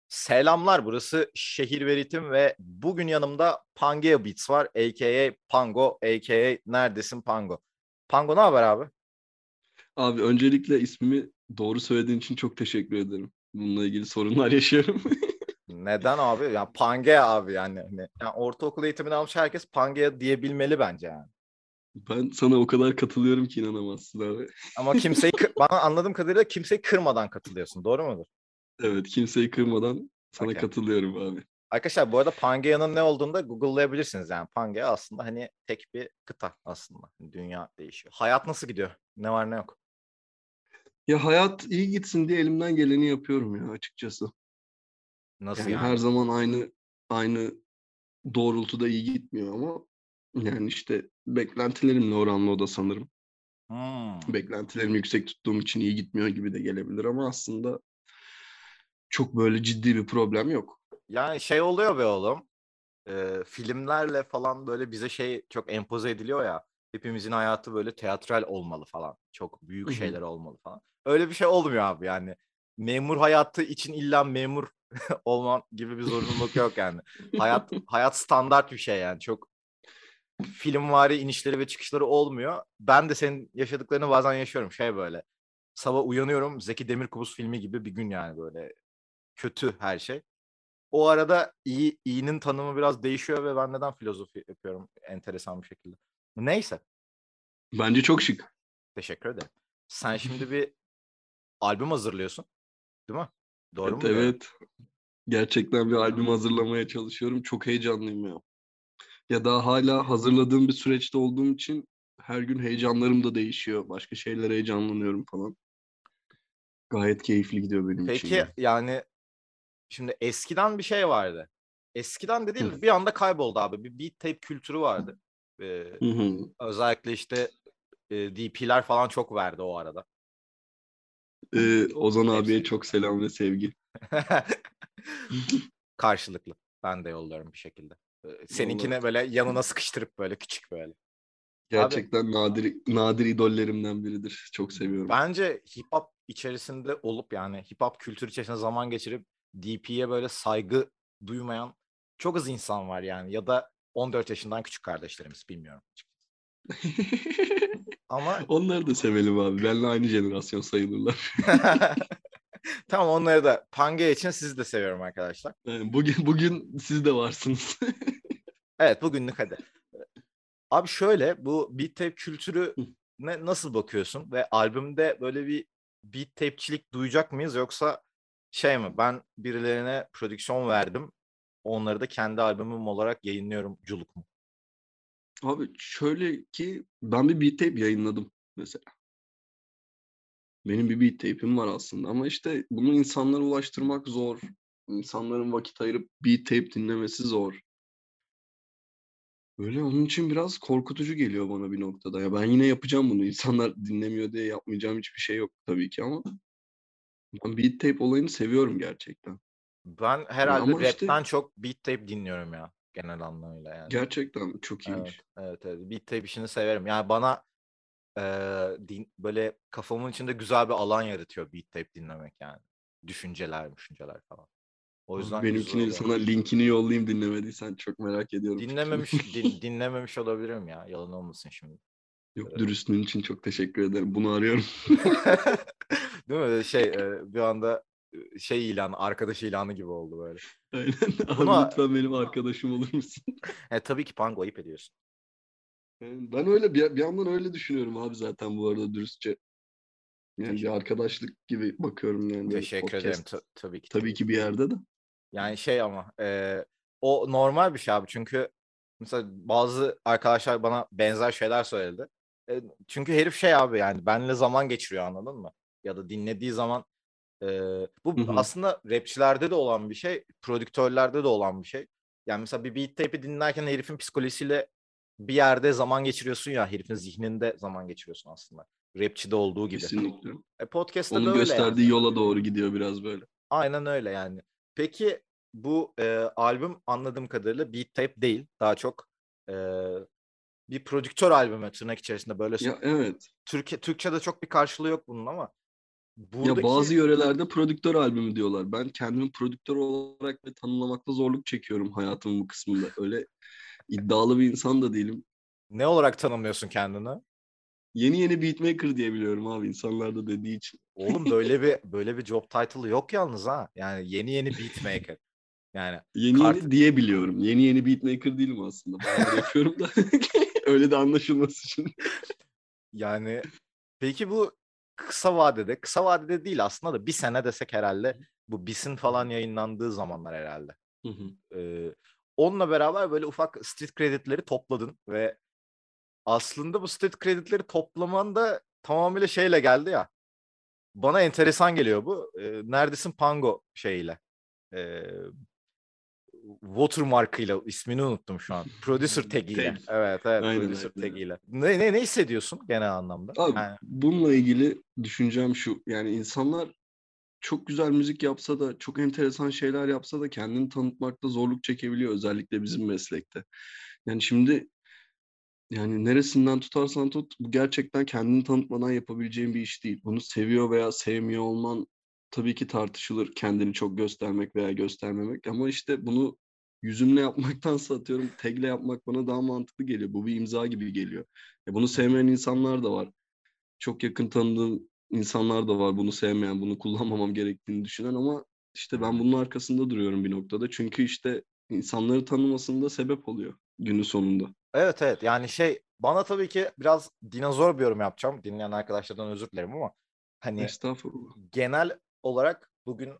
Selamlar, burası Şehir ve Ritim ve bugün yanımda Pangea Beats var. A.K.A. Pango, A.K.A. Neredesin Pango? Pango ne haber abi? Abi öncelikle ismimi doğru söylediğin için çok teşekkür ederim. Bununla ilgili sorunlar yaşıyorum. Neden abi? Yani Pangea abi yani. Yani ortaokul eğitimini almış herkes Pangea diyebilmeli bence yani. Ben sana o kadar katılıyorum ki inanamazsın abi. Ama bana anladığım kadarıyla kimseyi kırmadan katılıyorsun. Doğru mudur? Evet, kimseyi kırmadan sana Okey. katılıyorum abi. Arkadaşlar bu arada Pangea'nın ne olduğunu da Google'layabilirsiniz yani. Pangea aslında hani tek bir kıta aslında. Dünya değişiyor. Hayat nasıl gidiyor? Ne var ne yok? Ya hayat iyi gitsin diye elimden geleni yapıyorum ya açıkçası. Nasıl Yani her yani? zaman aynı doğrultuda iyi gitmiyor ama yani işte beklentilerimle oranlı o da sanırım. Hmm. Beklentilerimi yüksek tuttuğum için iyi gitmiyor gibi de gelebilir ama aslında çok böyle ciddi bir problem yok. Yani şey oluyor be oğlum. Filmlerle falan böyle bize şey çok empoze ediliyor ya. Hepimizin hayatı böyle teatral olmalı falan. Çok büyük Hı hı. şeyler olmalı falan. Öyle bir şey olmuyor abi yani. Memur hayatı için illa memur olman gibi bir zorunluluk yok yani. Hayat standart bir şey yani. Çok filmvari inişleri ve çıkışları olmuyor. Ben de senin yaşadıklarını bazen yaşıyorum. Şey böyle. Sabah uyanıyorum. Zeki Demirkubuz filmi gibi bir gün yani böyle. Kötü her şey. O arada iyinin tanımı biraz değişiyor ve ben neden filozofi yapıyorum enteresan bir şekilde. Neyse. Bence çok şık. Teşekkür ederim. Sen şimdi bir albüm hazırlıyorsun, değil mi? Doğru Evet, mu biliyorum? evet. Gerçekten bir albüm hazırlamaya çalışıyorum. Çok heyecanlıyım ya. Ya daha hala hazırladığım bir süreçte olduğum için her gün heyecanlarım da değişiyor. Başka şeylere heyecanlanıyorum falan. Gayet keyifli gidiyor benim için Peki ya. yani şimdi eskiden bir şey vardı. Eskiden de Hı değil bir anda kayboldu abi. Bir beat tape kültürü vardı. hı. Hı. Özellikle işte DP'ler falan çok verdi o arada. Ozan abiye Hepsine çok gitmeden. selam ve sevgi. Karşılıklı. Ben de yolluyorum bir şekilde. Vallahi Seninkine böyle yanına sıkıştırıp böyle küçük böyle. Abi gerçekten nadir idollerimden biridir. Çok seviyorum. bence hip hop içerisinde olup yani hip hop kültür içerisinde zaman geçirip DP'ye böyle saygı duymayan çok az insan var yani ya da 14 yaşından küçük kardeşlerimiz bilmiyorum. Ama Onları da sevelim abi. Benle aynı jenerasyon sayılırlar. tamam onları da Pange için sizi de seviyorum arkadaşlar. Yani bugün siz de varsınız. Evet bugünlük hadi. Abi şöyle bu beat tape kültürü nasıl bakıyorsun ve albümde böyle bir beat tape'çilik duyacak mıyız yoksa şey mi ben birilerine prodüksiyon verdim onları da kendi albümüm olarak yayınlıyorum culuk mu? Abi şöyle ki ben bir beat tape yayınladım mesela. Benim bir beat tape'im var aslında ama işte bunu insanlara ulaştırmak zor. İnsanların vakit ayırıp beat tape dinlemesi zor. Böyle onun için biraz korkutucu geliyor bana bir noktada. Ya ben yine yapacağım bunu. İnsanlar dinlemiyor diye yapmayacağım hiçbir şey yok tabii ki ama ben beat tape olayını seviyorum gerçekten. Ben Yani herhalde ama işte rapten çok beat tape dinliyorum ya genel anlamıyla yani. gerçekten çok Evet, iyiymiş. evet. Beat tape işini severim. Yani bana böyle kafamın içinde güzel bir alan yaratıyor beat tape dinlemek yani. Düşünceler falan. O Abi yüzden güzel benimkini oluyor. sana linkini yollayayım dinlemediysen çok merak ediyorum fikrini. Dinlememiş olabilirim ya. Yalan olmasın şimdi. Yok, dürüstlüğün için çok teşekkür ederim. Bunu arıyorum. Değil mi? Şey bir anda şey ilanı, arkadaş ilanı gibi oldu böyle. Aynen. Abi Bunu lütfen benim arkadaşım olur musun? tabii ki Pango ayıp ediyorsun. Yani ben öyle bir yandan öyle düşünüyorum abi zaten bu arada dürüstçe. Yani bir Teşekkür, arkadaşlık gibi bakıyorum yani teşekkür ederim. podcast. Tabii ki Tabii tabii ki. ki bir yerde de. Yani şey ama o normal bir şey abi. Çünkü mesela bazı arkadaşlar bana benzer şeyler söyledi. Çünkü herif şey abi yani benle zaman geçiriyor anladın mı? Ya da dinlediği zaman Hı bu hı. aslında rapçilerde de olan bir şey, prodüktörlerde de olan bir şey. Yani mesela bir beat tape'i dinlerken herifin psikolojisiyle bir yerde zaman geçiriyorsun ya, herifin zihninde zaman geçiriyorsun aslında. Rapçide olduğu gibi. Kesinlikle. Podcast'ta da Onun öyle yani. gösterdiği yola doğru gidiyor biraz böyle. Aynen öyle yani. Peki bu albüm anladığım kadarıyla beat tape değil. Daha çok e, bir prodüktör albümü tırnak içerisinde böyle Ya evet. Türkçe'de çok bir karşılığı yok bunun ama Ya bazı buradaki yörelerde prodüktör albümü diyorlar. Ben kendimi prodüktör olarak ve tanımlamakta zorluk çekiyorum hayatımın bu kısmında. Öyle iddialı bir insan da değilim. ne olarak tanımlıyorsun kendini? Yeni beatmaker diye biliyorum abi, insanlar da dediği için. Oğlum böyle bir job title'ı yok yalnız ha. Yani yeni beatmaker. Yani kart Yeni diye biliyorum. Yeni beatmaker değilim aslında. Bayağıdır yapıyorum da. Öyle de anlaşılması için. yani peki bu kısa vadede değil aslında da bir sene desek herhalde bu BIS'in falan yayınlandığı zamanlar herhalde. Hı hı. Ee, Onunla beraber böyle ufak street credit'leri topladın ve aslında bu street credit'leri toplaman da tamamıyla şeyle geldi ya. Bana enteresan geliyor bu. Neredesin Pango şeyiyle. Ee, Watermark'ıyla ismini unuttum şu an. Producer tag'iyle. Tek. Evet, Aynen producer aynen. tag'iyle. Ne hissediyorsun genel anlamda? Abi Yani, bununla ilgili düşüncem şu. Yani insanlar çok güzel müzik yapsa da, çok enteresan şeyler yapsa da kendini tanıtmakta zorluk çekebiliyor. Özellikle bizim meslekte. Yani şimdi, yani neresinden tutarsan tut, bu gerçekten kendini tanıtmadan yapabileceğin bir iş değil. Bunu seviyor veya sevmiyor olman tabii ki tartışılır. Kendini çok göstermek veya göstermemek. Ama işte bunu yüzümle yapmaktansa, atıyorum, tagle yapmak bana daha mantıklı geliyor. Bu bir imza gibi geliyor. Bunu hı hı. sevmeyen insanlar da var. Çok yakın tanıdığım insanlar da var bunu sevmeyen, bunu kullanmamam gerektiğini düşünen, ama işte ben Hmm. bunun arkasında duruyorum bir noktada. Çünkü işte insanları tanımasında sebep oluyor günün sonunda. Evet, yani şey bana tabii ki biraz dinozor bir yorum yapacağım. Dinleyen arkadaşlardan özür dilerim ama hani Estağfurullah. genel olarak bugün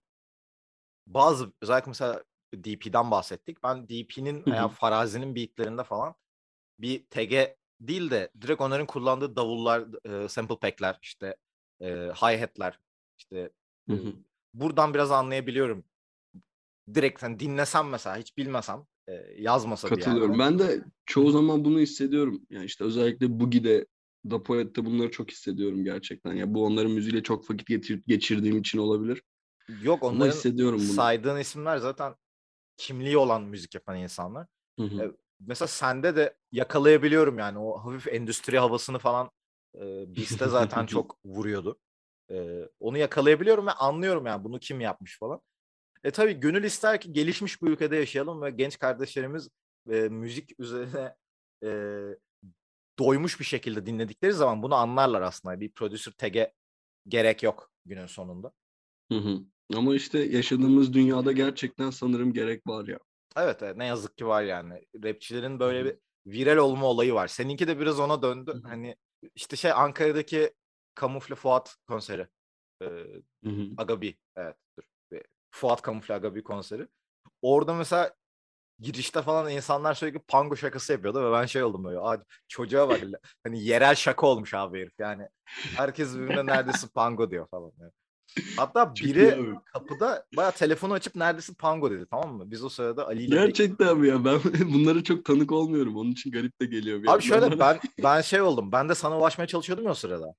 bazı özellikle mesela DP'den bahsettik. Ben DP'nin Hı veya hı, Farazi'nin beatlerinde falan bir tege değil de direkt onların kullandığı davullar, sample pack'ler, işte hi-hat'ler, işte hı e, hı. buradan biraz anlayabiliyorum. Direkt hani dinlesem mesela hiç bilmesem yazmasa bir Katılıyorum. yerde. Ben de Hı çoğu hı. zaman bunu hissediyorum. Yani işte özellikle Bugi'de, Da Poet'te bunları çok hissediyorum gerçekten. Ya bu onların müziğiyle çok vakit geçirdiğim için olabilir. Yok, Ama onların hissediyorum bunu. saydığın isimler zaten kimliği olan müzik yapan insanlar. Hı hı, Mesela sende de yakalayabiliyorum yani o hafif endüstri havasını falan Beast'te zaten çok vuruyordu. Onu yakalayabiliyorum ve anlıyorum yani bunu kim yapmış falan. Tabii gönül ister ki gelişmiş bir ülkede yaşayalım ve genç kardeşlerimiz müzik üzerine e, doymuş bir şekilde dinledikleri zaman bunu anlarlar aslında. Bir producer tag'e gerek yok günün sonunda. hı hı. Ama işte yaşadığımız dünyada gerçekten sanırım gerek var ya. Evet, ne yazık ki var yani. Rapçilerin Hı böyle hı, bir viral olma olayı var. Seninki de biraz ona hı döndü. hı, Hani işte şey Ankara'daki Kamufle Fuat konseri. Ee, hı hı. Agabi. Evet, dur. Fuat Kamufle Agabi konseri. Orada mesela girişte falan insanlar sürekli pango şakası yapıyordu ve ben şey oldum böyle. Çocuğa bak. Hani yerel şaka olmuş abi herif. Yani herkes birbirine neredesin pango diyor falan. Yani. Hatta Çok iyi biri abi. kapıda bayağı telefonu açıp neredesin Pango dedi, tamam mı? Biz o sırada Ali ile Gerçekten mi ya? Ben bunlara çok tanık olmuyorum. Onun için garip de geliyor bir abi yandan şöyle bana. ben şey oldum. Ben de sana ulaşmaya çalışıyordum ya o sırada.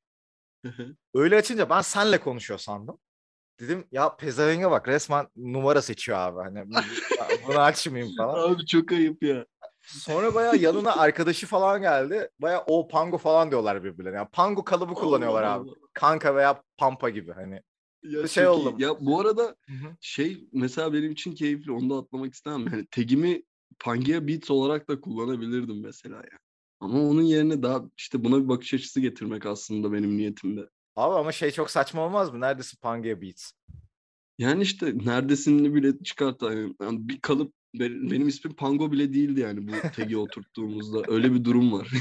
Öyle açınca ben senle konuşuyor sandım. Dedim ya pezevenge bak resmen numara seçiyor abi. Hani bunu açmayayım falan. Abi çok ayıp ya. Sonra bayağı yanına arkadaşı falan geldi. Bayağı o Pango falan diyorlar birbirlerine. Yani Pango kalıbı Allah kullanıyorlar abi. Allah. Kanka veya Pampa gibi hani. Ya Şey çok iyi. oldum. Ya bu arada Hı hı. şey, mesela benim için keyifli. Onu da atlamak istemem. Yani tagimi Pangea Beats olarak da kullanabilirdim mesela ya. Ama onun yerine daha işte buna bir bakış açısı getirmek aslında benim niyetimde. Abi ama şey çok saçma olmaz mı? Neredesin Pangea Beats? Yani işte neredesinini bile çıkart. Yani bir kalıp, benim ismim Pango bile değildi yani bu tagi oturttuğumuzda. Öyle bir durum var.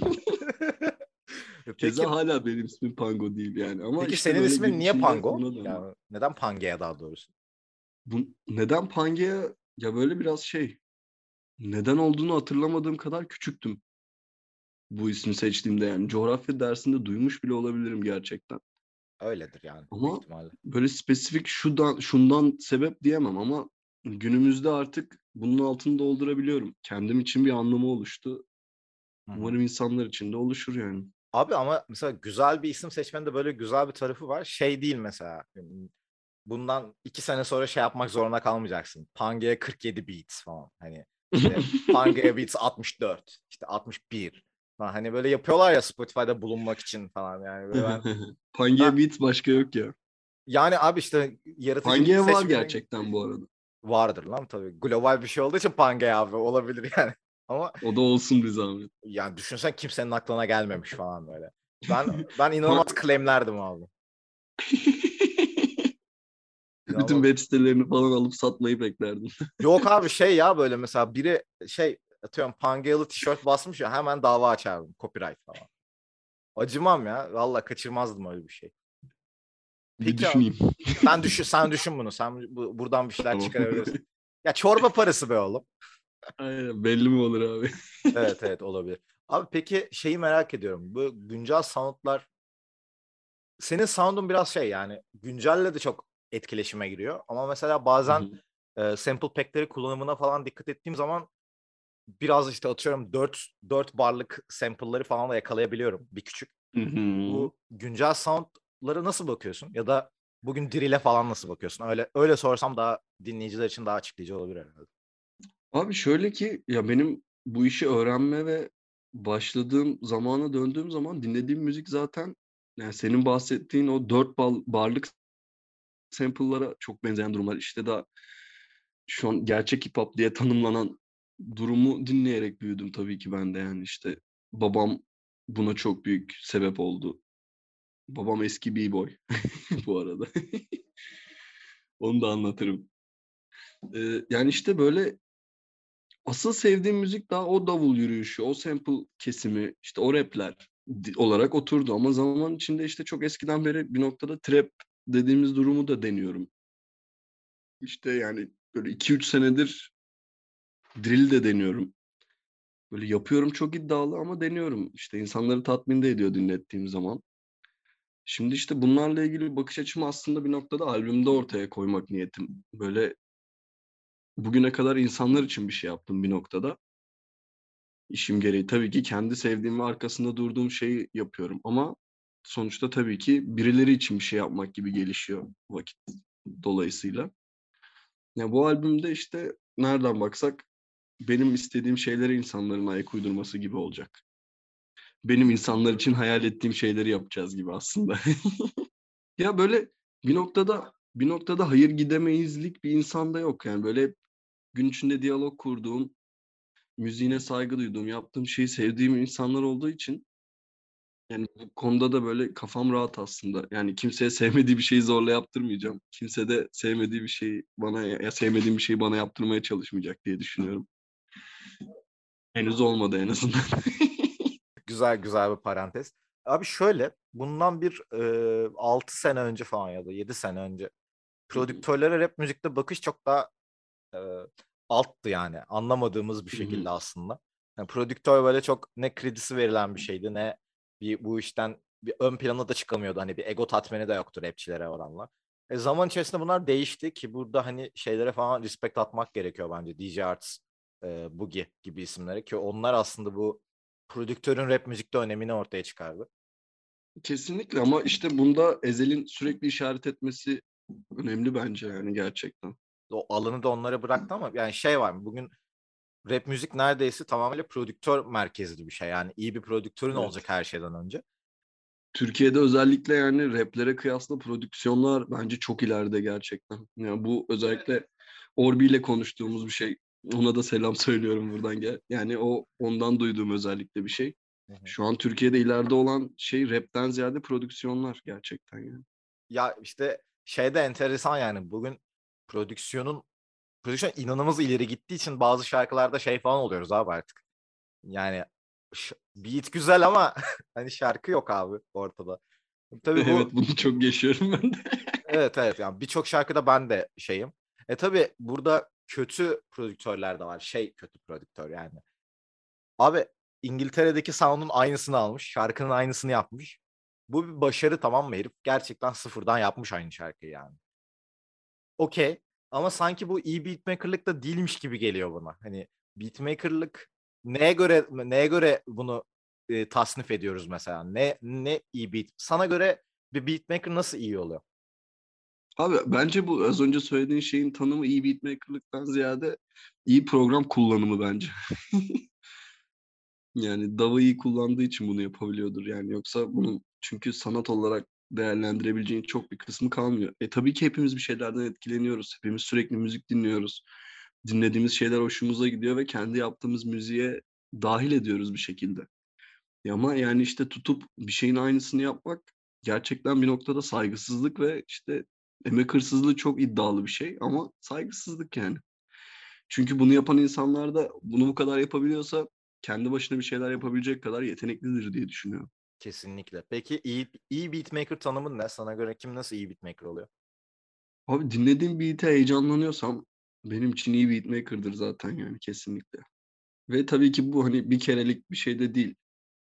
Peki Keza hala benim ismim Pango değil yani. Ama Peki işte senin böyle gün ismin niye içinde Pango? buna döndü. Yani neden Pangea daha doğrusu? Neden Pangea? Ya böyle biraz şey. Neden olduğunu hatırlamadığım kadar küçüktüm bu ismi seçtiğimde yani. Coğrafya dersinde duymuş bile olabilirim gerçekten. Öyledir yani büyük Ama ihtimalle. böyle spesifik şundan sebep diyemem, ama günümüzde artık bunun altını doldurabiliyorum. Kendim için bir anlamı oluştu. Hı hı. Umarım insanlar için de oluşur yani. Abi ama mesela güzel bir isim seçmenin de böyle güzel bir tarafı var. Şey değil mesela. Bundan 2 sene sonra şey yapmak zorunda kalmayacaksın. Pangea 47 beats falan. Hani işte Pangea Beats 64, işte 61 falan. Hani böyle yapıyorlar ya Spotify'da bulunmak için falan. Yani böyle ben Pangea Beats başka yok ya. Yani abi işte yaratıcılık Pangea var seçmenin gerçekten bu arada. vardır lan tabii. Global bir şey olduğu için Pangea abi olabilir yani. Ama O da olsun bir zahmet. yani düşünsen kimsenin aklına gelmemiş falan böyle. Ben inanılmaz Pa- claimlerdim abi. Bütün İnanılmaz. web sitelerini falan alıp satmayı beklerdim. Yok abi şey ya böyle mesela biri şey atıyorum Pangealı tişört basmış ya hemen dava açardım. Copyright falan. Acımam ya. Valla kaçırmazdım öyle bir şey. Bir Peki abi düşüneyim. sen düşün bunu. Sen buradan bir şeyler Tamam. çıkarabilirsin. Ya çorba parası be oğlum. Aynen, belli mi olur abi? Evet evet olabilir. Abi peki şeyi merak ediyorum. Bu güncel soundlar senin sound'un biraz şey yani güncelle de çok etkileşime giriyor. Ama mesela Hı bazen hı. sample pack'leri kullanımına falan dikkat ettiğim zaman biraz işte atıyorum dört barlık sample'ları falan da yakalayabiliyorum bir küçük. Hı hı. Bu güncel sound'lara nasıl bakıyorsun? Ya da bugün drill'e falan nasıl bakıyorsun? Öyle sorsam daha dinleyiciler için daha açıklayıcı olabilir herhalde. Abi şöyle ki ya benim bu işi öğrenme ve başladığım zamana döndüğüm zaman dinlediğim müzik zaten yani senin bahsettiğin o barlık sample'lara çok benzeyen durumlar. İşte daha şu an gerçek hip hop diye tanımlanan durumu dinleyerek büyüdüm tabii ki ben de yani işte babam buna çok büyük sebep oldu. Babam eski b-boy bu arada. Onu da anlatırım. Yani işte böyle asıl sevdiğim müzik daha o davul yürüyüşü, o sample kesimi, işte o rapler olarak oturdu. Ama zaman içinde işte çok eskiden beri bir noktada trap dediğimiz durumu da deniyorum. İşte yani böyle 2-3 senedir drill de deniyorum. Böyle yapıyorum çok iddialı ama deniyorum. İşte insanları tatmin de ediyor dinlettiğim zaman. Şimdi işte bunlarla ilgili bakış açımı aslında bir noktada albümde ortaya koymak niyetim. Böyle bugüne kadar insanlar için bir şey yaptım bir noktada. İşim gereği tabii ki kendi sevdiğim ve arkasında durduğum şeyi yapıyorum ama sonuçta tabii ki birileri için bir şey yapmak gibi gelişiyor vakit dolayısıyla. Ya bu albümde işte nereden baksak benim istediğim şeylere insanların ayak uydurması gibi olacak. Benim insanlar için hayal ettiğim şeyleri yapacağız gibi aslında. Ya böyle bir noktada hayır gidemeyizlik bir insanda yok yani böyle hep gün içinde diyalog kurduğum, müziğine saygı duyduğum, yaptığım şeyi sevdiğim insanlar olduğu için yani bu konuda da böyle kafam rahat aslında. Yani kimseye sevmediği bir şeyi zorla yaptırmayacağım. Kimse de sevmediği bir şeyi bana ya sevmediğim bir şeyi bana yaptırmaya çalışmayacak diye düşünüyorum. Henüz olmadı en azından. Güzel güzel bir parantez. Abi şöyle bundan bir 6 sene önce falan ya da 7 sene önce Hı hı, prodüktörlere rap müzikte bakış çok daha e, alttı yani. Anlamadığımız bir hı hı. şekilde aslında. Yani prodüktör böyle çok ne kredisi verilen bir şeydi ne bu işten bir ön plana da çıkamıyordu. Hani bir ego tatmini de yoktu rapçilere oranla. Zaman içerisinde bunlar değişti ki burada hani şeylere falan respect atmak gerekiyor bence. DJ Arts, Boogie gibi isimlere ki onlar aslında bu prodüktörün rap müzikte önemini ortaya çıkardı. Kesinlikle ama işte bunda Ezel'in sürekli işaret etmesi önemli bence yani gerçekten. O alanı da onlara bıraktı ama yani şey var bugün rap müzik neredeyse tamamıyla prodüktör merkezli bir şey. Yani iyi bir prodüktörün olacak Evet. her şeyden önce. Türkiye'de özellikle yani raplere kıyasla prodüksiyonlar bence çok ileride gerçekten. Yani bu özellikle Orbi ile konuştuğumuz bir şey. Ona da selam söylüyorum buradan gel. Yani o ondan duyduğum özellikle bir şey. Hı hı. Şu an Türkiye'de ileride olan şey rapten ziyade prodüksiyonlar gerçekten yani. Ya işte şey de enteresan yani bugün prodüksiyonun prodüksiyon inanılmaz ileri gittiği için bazı şarkılarda şey falan oluyoruz abi artık. Yani beat güzel ama hani şarkı yok abi ortada. Tabii Evet, bu bunu çok yaşıyorum ben de. evet evet yani birçok şarkıda ben de şeyim. Tabii burada kötü prodüktörler de var. Şey kötü prodüktör yani. Abi İngiltere'deki sound'un aynısını almış. Şarkının aynısını yapmış. Bu bir başarı tamam mı herif? Gerçekten sıfırdan yapmış aynı şarkıyı yani. Okey. Ama sanki bu iyi beatmaker'lık da değilmiş gibi geliyor bana. Hani beatmaker'lık neye göre bunu tasnif ediyoruz mesela? Ne iyi beat? Sana göre bir beatmaker nasıl iyi oluyor? Abi bence bu az önce söylediğin şeyin tanımı iyi beatmaker'lıktan ziyade iyi program kullanımı bence. Yani DAW'ı iyi kullandığı için bunu yapabiliyordur yani. Yoksa bunun çünkü sanat olarak değerlendirebileceğin çok bir kısmı kalmıyor. Tabii ki hepimiz bir şeylerden etkileniyoruz. Hepimiz sürekli müzik dinliyoruz. Dinlediğimiz şeyler hoşumuza gidiyor ve kendi yaptığımız müziğe dahil ediyoruz bir şekilde. Ama yani işte tutup bir şeyin aynısını yapmak gerçekten bir noktada saygısızlık ve işte emek hırsızlığı çok iddialı bir şey ama saygısızlık yani. Çünkü bunu yapan insanlar da bunu bu kadar yapabiliyorsa kendi başına bir şeyler yapabilecek kadar yeteneklidir diye düşünüyorum. Kesinlikle. Peki iyi beatmaker tanımın ne? Sana göre kim nasıl iyi beatmaker oluyor? Abi dinlediğim beat'e heyecanlanıyorsam benim için iyi beatmaker'dır zaten yani kesinlikle. Ve tabii ki bu hani bir kerelik bir şey de değil.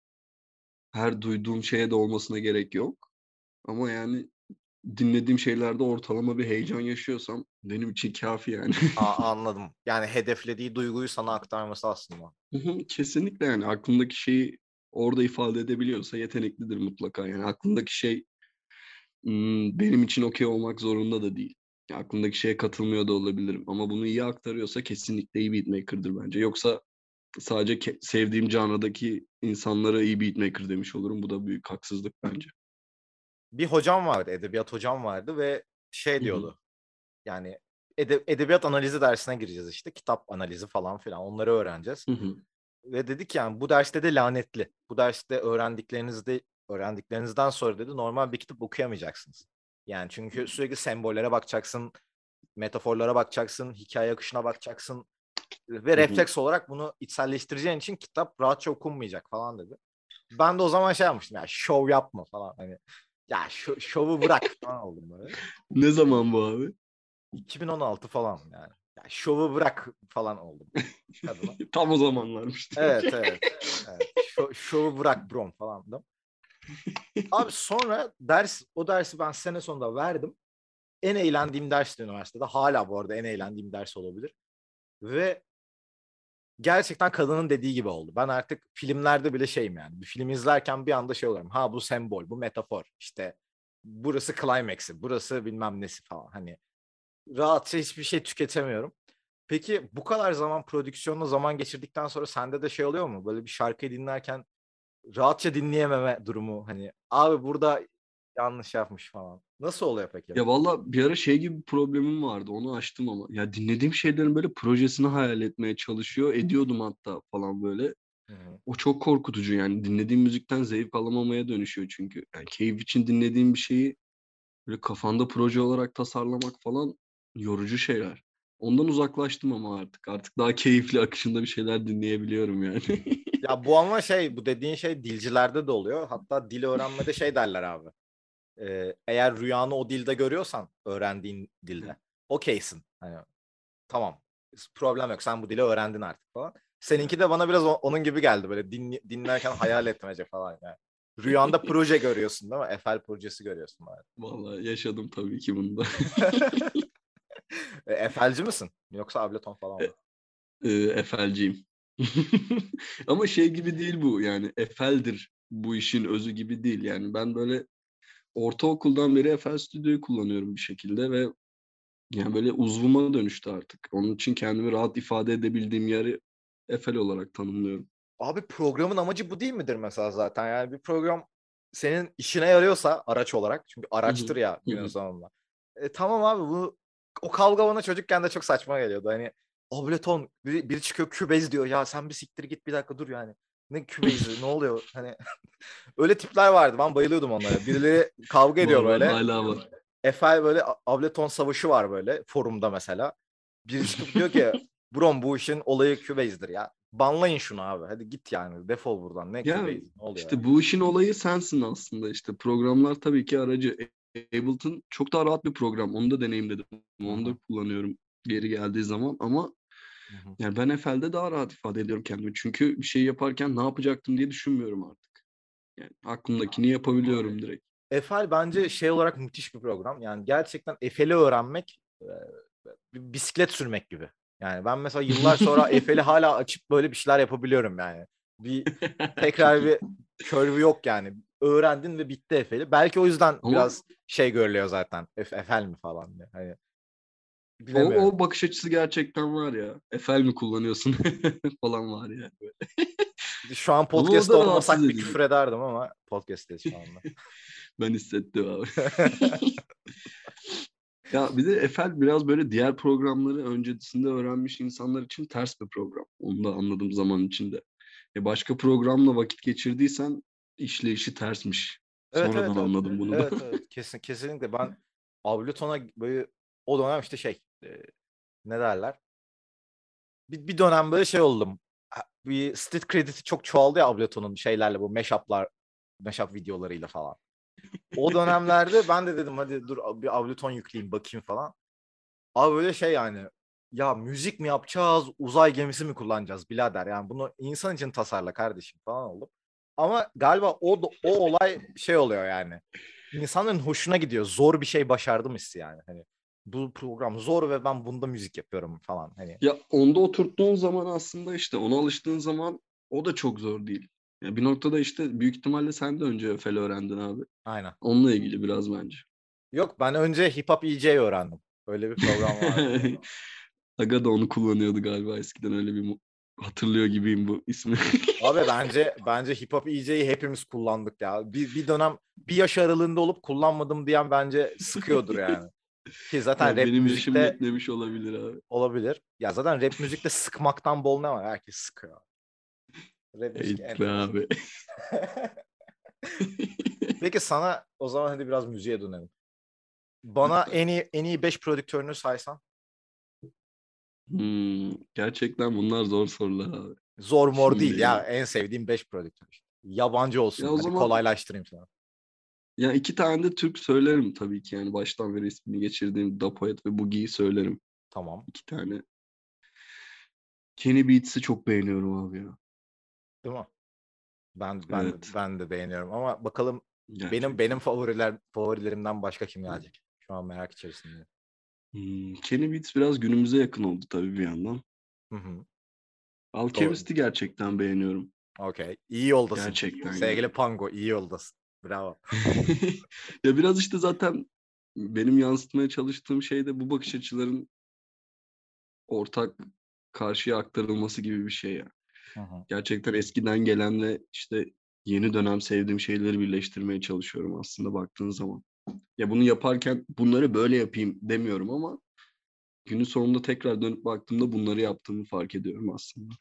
Her duyduğum şeye de olmasına gerek yok. Ama yani dinlediğim şeylerde ortalama bir heyecan yaşıyorsam benim için kafi yani. Anladım. Yani hedeflediği duyguyu sana aktarması aslında. Hı hı, kesinlikle yani aklındaki şeyi orada ifade edebiliyorsa yeteneklidir mutlaka. Yani aklındaki şey benim için okey olmak zorunda da değil. Ya, aklındaki şeye katılmıyor da olabilirim. Ama bunu iyi aktarıyorsa kesinlikle iyi beatmaker'dır bence. Yoksa sadece sevdiğim janradaki insanlara iyi beatmaker demiş olurum. Bu da büyük haksızlık bence. Bir hocam vardı, edebiyat hocam vardı ve şey Hı hı, diyordu. Yani edebiyat analizi dersine gireceğiz işte. Kitap analizi falan filan onları öğreneceğiz. hı hı, Ve dedi ki yani bu derste de lanetli. Bu derste öğrendiklerinizden sonra dedi normal bir kitap okuyamayacaksınız. Yani çünkü sürekli sembollere bakacaksın, metaforlara bakacaksın, hikaye akışına bakacaksın ve hı hı. refleks olarak bunu içselleştireceğin için kitap rahatça okunmayacak falan dedi. Ben de o zaman şey yapmıştım ya şov yapma falan hani ya şovu bırak falan oldum böyle. Ne zaman bu abi? 2016 falan yani. Ya şovu bırak falan oldum kadına. Tam o zamanlarmış. Evet evet. Evet. Şovu bırak brom falan da. Abi sonra o dersi ben sene sonunda verdim. En eğlendiğim dersti üniversitede. Hala bu arada en eğlendiğim ders olabilir. Ve gerçekten kadının dediği gibi oldu. Ben artık filmlerde bile şeyim yani. Bir film izlerken bir anda şey oluyorum. Ha bu sembol, bu metafor. İşte burası climax'i, burası bilmem nesi falan. Hani rahatça hiçbir şey tüketemiyorum. Peki bu kadar zaman prodüksiyonla zaman geçirdikten sonra sende de şey oluyor mu? Böyle bir şarkıyı dinlerken rahatça dinleyememe durumu hani abi burada yanlış yapmış falan. Nasıl oluyor peki? Ya valla bir ara şey gibi bir problemim vardı. Onu aştım ama. Ya dinlediğim şeylerin böyle projesini hayal etmeye çalışıyor. Ediyordum hatta falan böyle. Hı-hı. O çok korkutucu yani. Dinlediğim müzikten zevk alamamaya dönüşüyor çünkü. Yani keyif için dinlediğim bir şeyi böyle kafanda proje olarak tasarlamak falan yorucu şeyler. Ondan uzaklaştım ama artık. Artık daha keyifli akışında bir şeyler dinleyebiliyorum yani. Ya bu ama şey bu dediğin şey dilcilerde de oluyor. Hatta dil öğrenmede şey derler abi. Eğer rüyanı o dilde görüyorsan öğrendiğin dilde okeysin. Hani tamam problem yok sen bu dili öğrendin artık falan. Seninki de bana biraz onun gibi geldi böyle dinlerken hayal etmece falan yani. Rüyanda proje görüyorsun değil mi? Eiffel projesi görüyorsun bari. Vallahi yaşadım tabii ki bunu da. Eiffelci misin? Yoksa Ableton falan mı? Efelciyim. Ama şey gibi değil bu yani Efel'dir bu işin özü gibi değil. Yani ben böyle ortaokuldan beri FL Studio'yu kullanıyorum bir şekilde ve yani böyle uzvuma dönüştü artık. Onun için kendimi rahat ifade edebildiğim yeri FL olarak tanımlıyorum. Abi programın amacı bu değil midir mesela zaten? Yani bir program senin işine yarıyorsa araç olarak. Çünkü Hı hı, araçtır ya hı günün hı. sonunda. Tamam abi bu o kavga bana çocukken de çok saçma geliyordu. Hani Ableton biri çıkıyor Cubase diyor. Ya sen bir siktir git bir dakika dur yani. Ne Cubase'i ne oluyor? Hani öyle tipler vardı. Ben bayılıyordum onlara. Birileri kavga ediyor Var var böyle. hala var. Eiffel böyle Ableton savaşı var böyle forumda mesela. Biri çıkıp diyor ki Brom bu işin olayı Cubase'dir ya. Banlayın şunu abi. Hadi git yani. Defol buradan. Ne Ya Cubase? Ne oluyor ya? işte bu işin olayı sensin aslında. İşte programlar tabii ki aracı. Ableton çok daha rahat bir program. Onu da deneyimledim. Hı Onu da hı. kullanıyorum geri geldiği zaman ama Hı hı. yani ben FL'de daha rahat ifade ediyorum kendimi. Çünkü bir şey yaparken ne yapacaktım diye düşünmüyorum artık. Yani aklımdakini yapabiliyorum direkt. Eiffel bence şey olarak müthiş bir program. Yani gerçekten Eiffel'i öğrenmek bir bisiklet sürmek gibi. Yani ben mesela yıllar sonra Eiffel'i hala açıp böyle bir şeyler yapabiliyorum yani. Bir Çok tekrar iyi. bir curve'ü yok yani. Öğrendin ve bitti Eiffel'i. Belki o yüzden Ama biraz şey görülüyor zaten. Eiffel mi falan diye. Hani o bilemiyorum. bakış açısı gerçekten var ya. FL mi kullanıyorsun falan var ya. Şu an Ama o podcast'te da rahatsız olmasak bir edici. küfür ederdim ama podcast'teyiz şu anda. Ben hissettim abi. Ya bir de Eiffel biraz böyle diğer programları öncesinde öğrenmiş insanlar için ters bir program. Onu da anladığım zaman içinde. Başka programla vakit geçirdiysen işleyişi tersmiş. Evet, evet, Sonradan evet. anladım bunu da. Evet, evet. Kesinlikle. Ben Ableton'a böyle o dönem işte ne derler? Bir dönem böyle şey oldum. Bir street credit'i çok çoğaldı ya Ableton'un şeylerle, bu mashup videolarıyla falan. O dönemlerde ben de dedim hadi dur bir Ableton yükleyeyim bakayım falan. Abi böyle şey yani, ya müzik mi yapacağız, uzay gemisi mi kullanacağız birader, yani bunu insan için tasarla kardeşim falan oldu. Ama galiba o olay şey oluyor yani. İnsanların hoşuna gidiyor. Zor bir şey başardım hissi yani. Hani bu program zor ve ben bunda müzik yapıyorum falan hani. Ya onda oturttuğun zaman aslında işte ona alıştığın zaman o da çok zor değil. Ya bir noktada işte büyük ihtimalle sen de önce Eiffel öğrendin abi. Aynen. Onunla ilgili biraz bence. Yok, ben önce Hip Hop EJ öğrendim. Öyle bir program vardı. Aga da onu kullanıyordu galiba eskiden öyle bir hatırlıyor gibiyim bu ismi. Abi bence Hip Hop EJ'yi hepimiz kullandık ya. Bir dönem bir yaş aralığında olup kullanmadım diyen bence sıkıyordur yani. Ki zaten Ya rap benim yaşım müzikte yetmemiş olabilir abi. olabilir. Ya zaten rap müzikte sıkmaktan bol ne var? Herkes sıkıyor. Rap müzik Evet be enteresan. abi. Peki sana o zaman hadi biraz müziğe dönelim. Bana en iyi 5 prodüktörünü saysan. Gerçekten bunlar zor sorular abi. Zor mor değil ya. Şimdi En sevdiğim 5 prodüktör işte. Yabancı ya olsun. o Hadi zaman kolaylaştırayım sana. ya iki tane de Türk söylerim tabii ki yani baştan beri ismini geçirdiğim Dapoet ve Bugi'yi söylerim. Tamam. İki tane. Kenny Beats'i çok beğeniyorum abi ya. Değil mi? Ben ben Evet. ben de beğeniyorum ama bakalım benim Gerçekten. favorilerimden başka kim gelecek? Şu an merak içerisindeyim. Kenny Beats biraz günümüze yakın oldu tabii bir yandan. Hı hı. Doğru. Alchemist'i gerçekten beğeniyorum. Okey. İyi yoldasın. Gerçekten Sevgili yani. Pango, iyi yoldasın. Bravo. Ya biraz işte zaten benim yansıtmaya çalıştığım şey de bu bakış açıların ortak karşıya aktarılması gibi bir şey ya. Hı hı. Gerçekten eskiden gelenle işte yeni dönem sevdiğim şeyleri birleştirmeye çalışıyorum aslında baktığın zaman. Ya bunu yaparken bunları böyle yapayım demiyorum ama günün sonunda tekrar dönüp baktığımda bunları yaptığımı fark ediyorum aslında.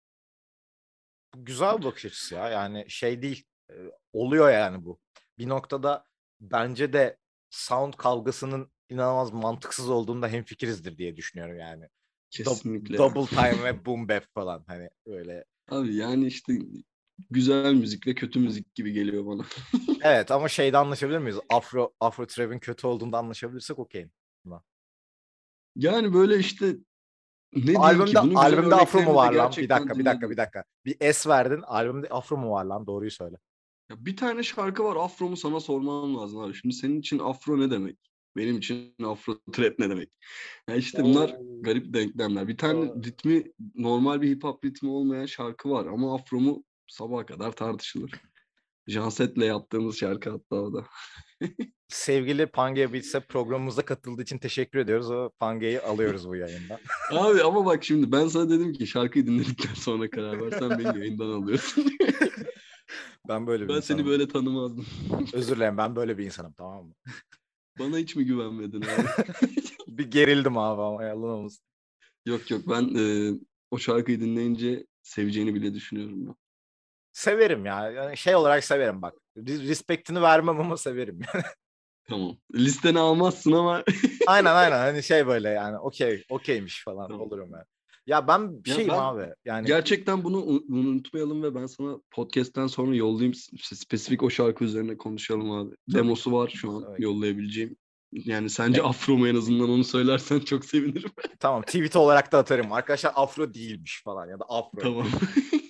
Güzel bir bakış açısı ya. Yani şey değil. Oluyor yani bu. Bir noktada bence de sound kavgasının inanılmaz mantıksız olduğunda hemfikirizdir diye düşünüyorum yani. Kesinlikle ya. Double time ve boom bap falan hani öyle. Abi yani işte güzel müzik ve kötü müzik gibi geliyor bana. Evet ama şeyde anlaşabilir miyiz? Afro trap'in kötü olduğunda anlaşabilirsek okeyim. Buna. Yani böyle işte ne diyeyim Albümde ki bunun güzel albümde afro mu örneklerini de var lan? Bir gerçekten dakika, bir dakika, bir dinledim. dakika. Bir S verdin. Albümde afro mu var lan? Doğruyu söyle. Ya bir tane şarkı var Afro mu sana sormam lazım abi. Şimdi senin için Afro ne demek? Benim için Afro trap ne demek? Ya işte bunlar Oo. garip denklemler. Bir tane ritmi normal bir hip hop ritmi olmayan şarkı var ama Afro mu sabaha kadar tartışılır. Janset'le yaptığımız şarkı hatta o da. Sevgili Pange Beats'e programımıza katıldığı için teşekkür ediyoruz. O Pange'yi alıyoruz bu yayında. Abi ama bak şimdi ben sana dedim ki şarkıyı dinledikten sonra karar ver. Sen beni yayından alıyorsun. Ben böyle bir Ben seni insanım. böyle tanımazdım. Özür dilerim, ben böyle bir insanım, tamam mı? Bana hiç mi güvenmedin abi? Bir gerildim abi ama yalan olmasın. Yok yok ben o şarkıyı dinleyince seveceğini bile düşünüyorum ben. Severim ya. Yani şey olarak severim bak. Respektini vermem ama severim. Tamam. Listene almazsın ama Aynen hani şey böyle yani okeymiş falan tamam. olurum yani. Ya ben Ya şeyim ben abi yani gerçekten bunu unutmayalım ve ben sana podcast'ten sonra yollayayım. Spesifik o şarkı üzerine konuşalım abi. tabii Demosu var şu an tabii ki. yollayabileceğim. Yani sence Ne? Afro mu en azından onu söylersen çok sevinirim. Tamam, tweet olarak da atarım. Arkadaşlar afro değilmiş falan ya da Tamam. afroymuş.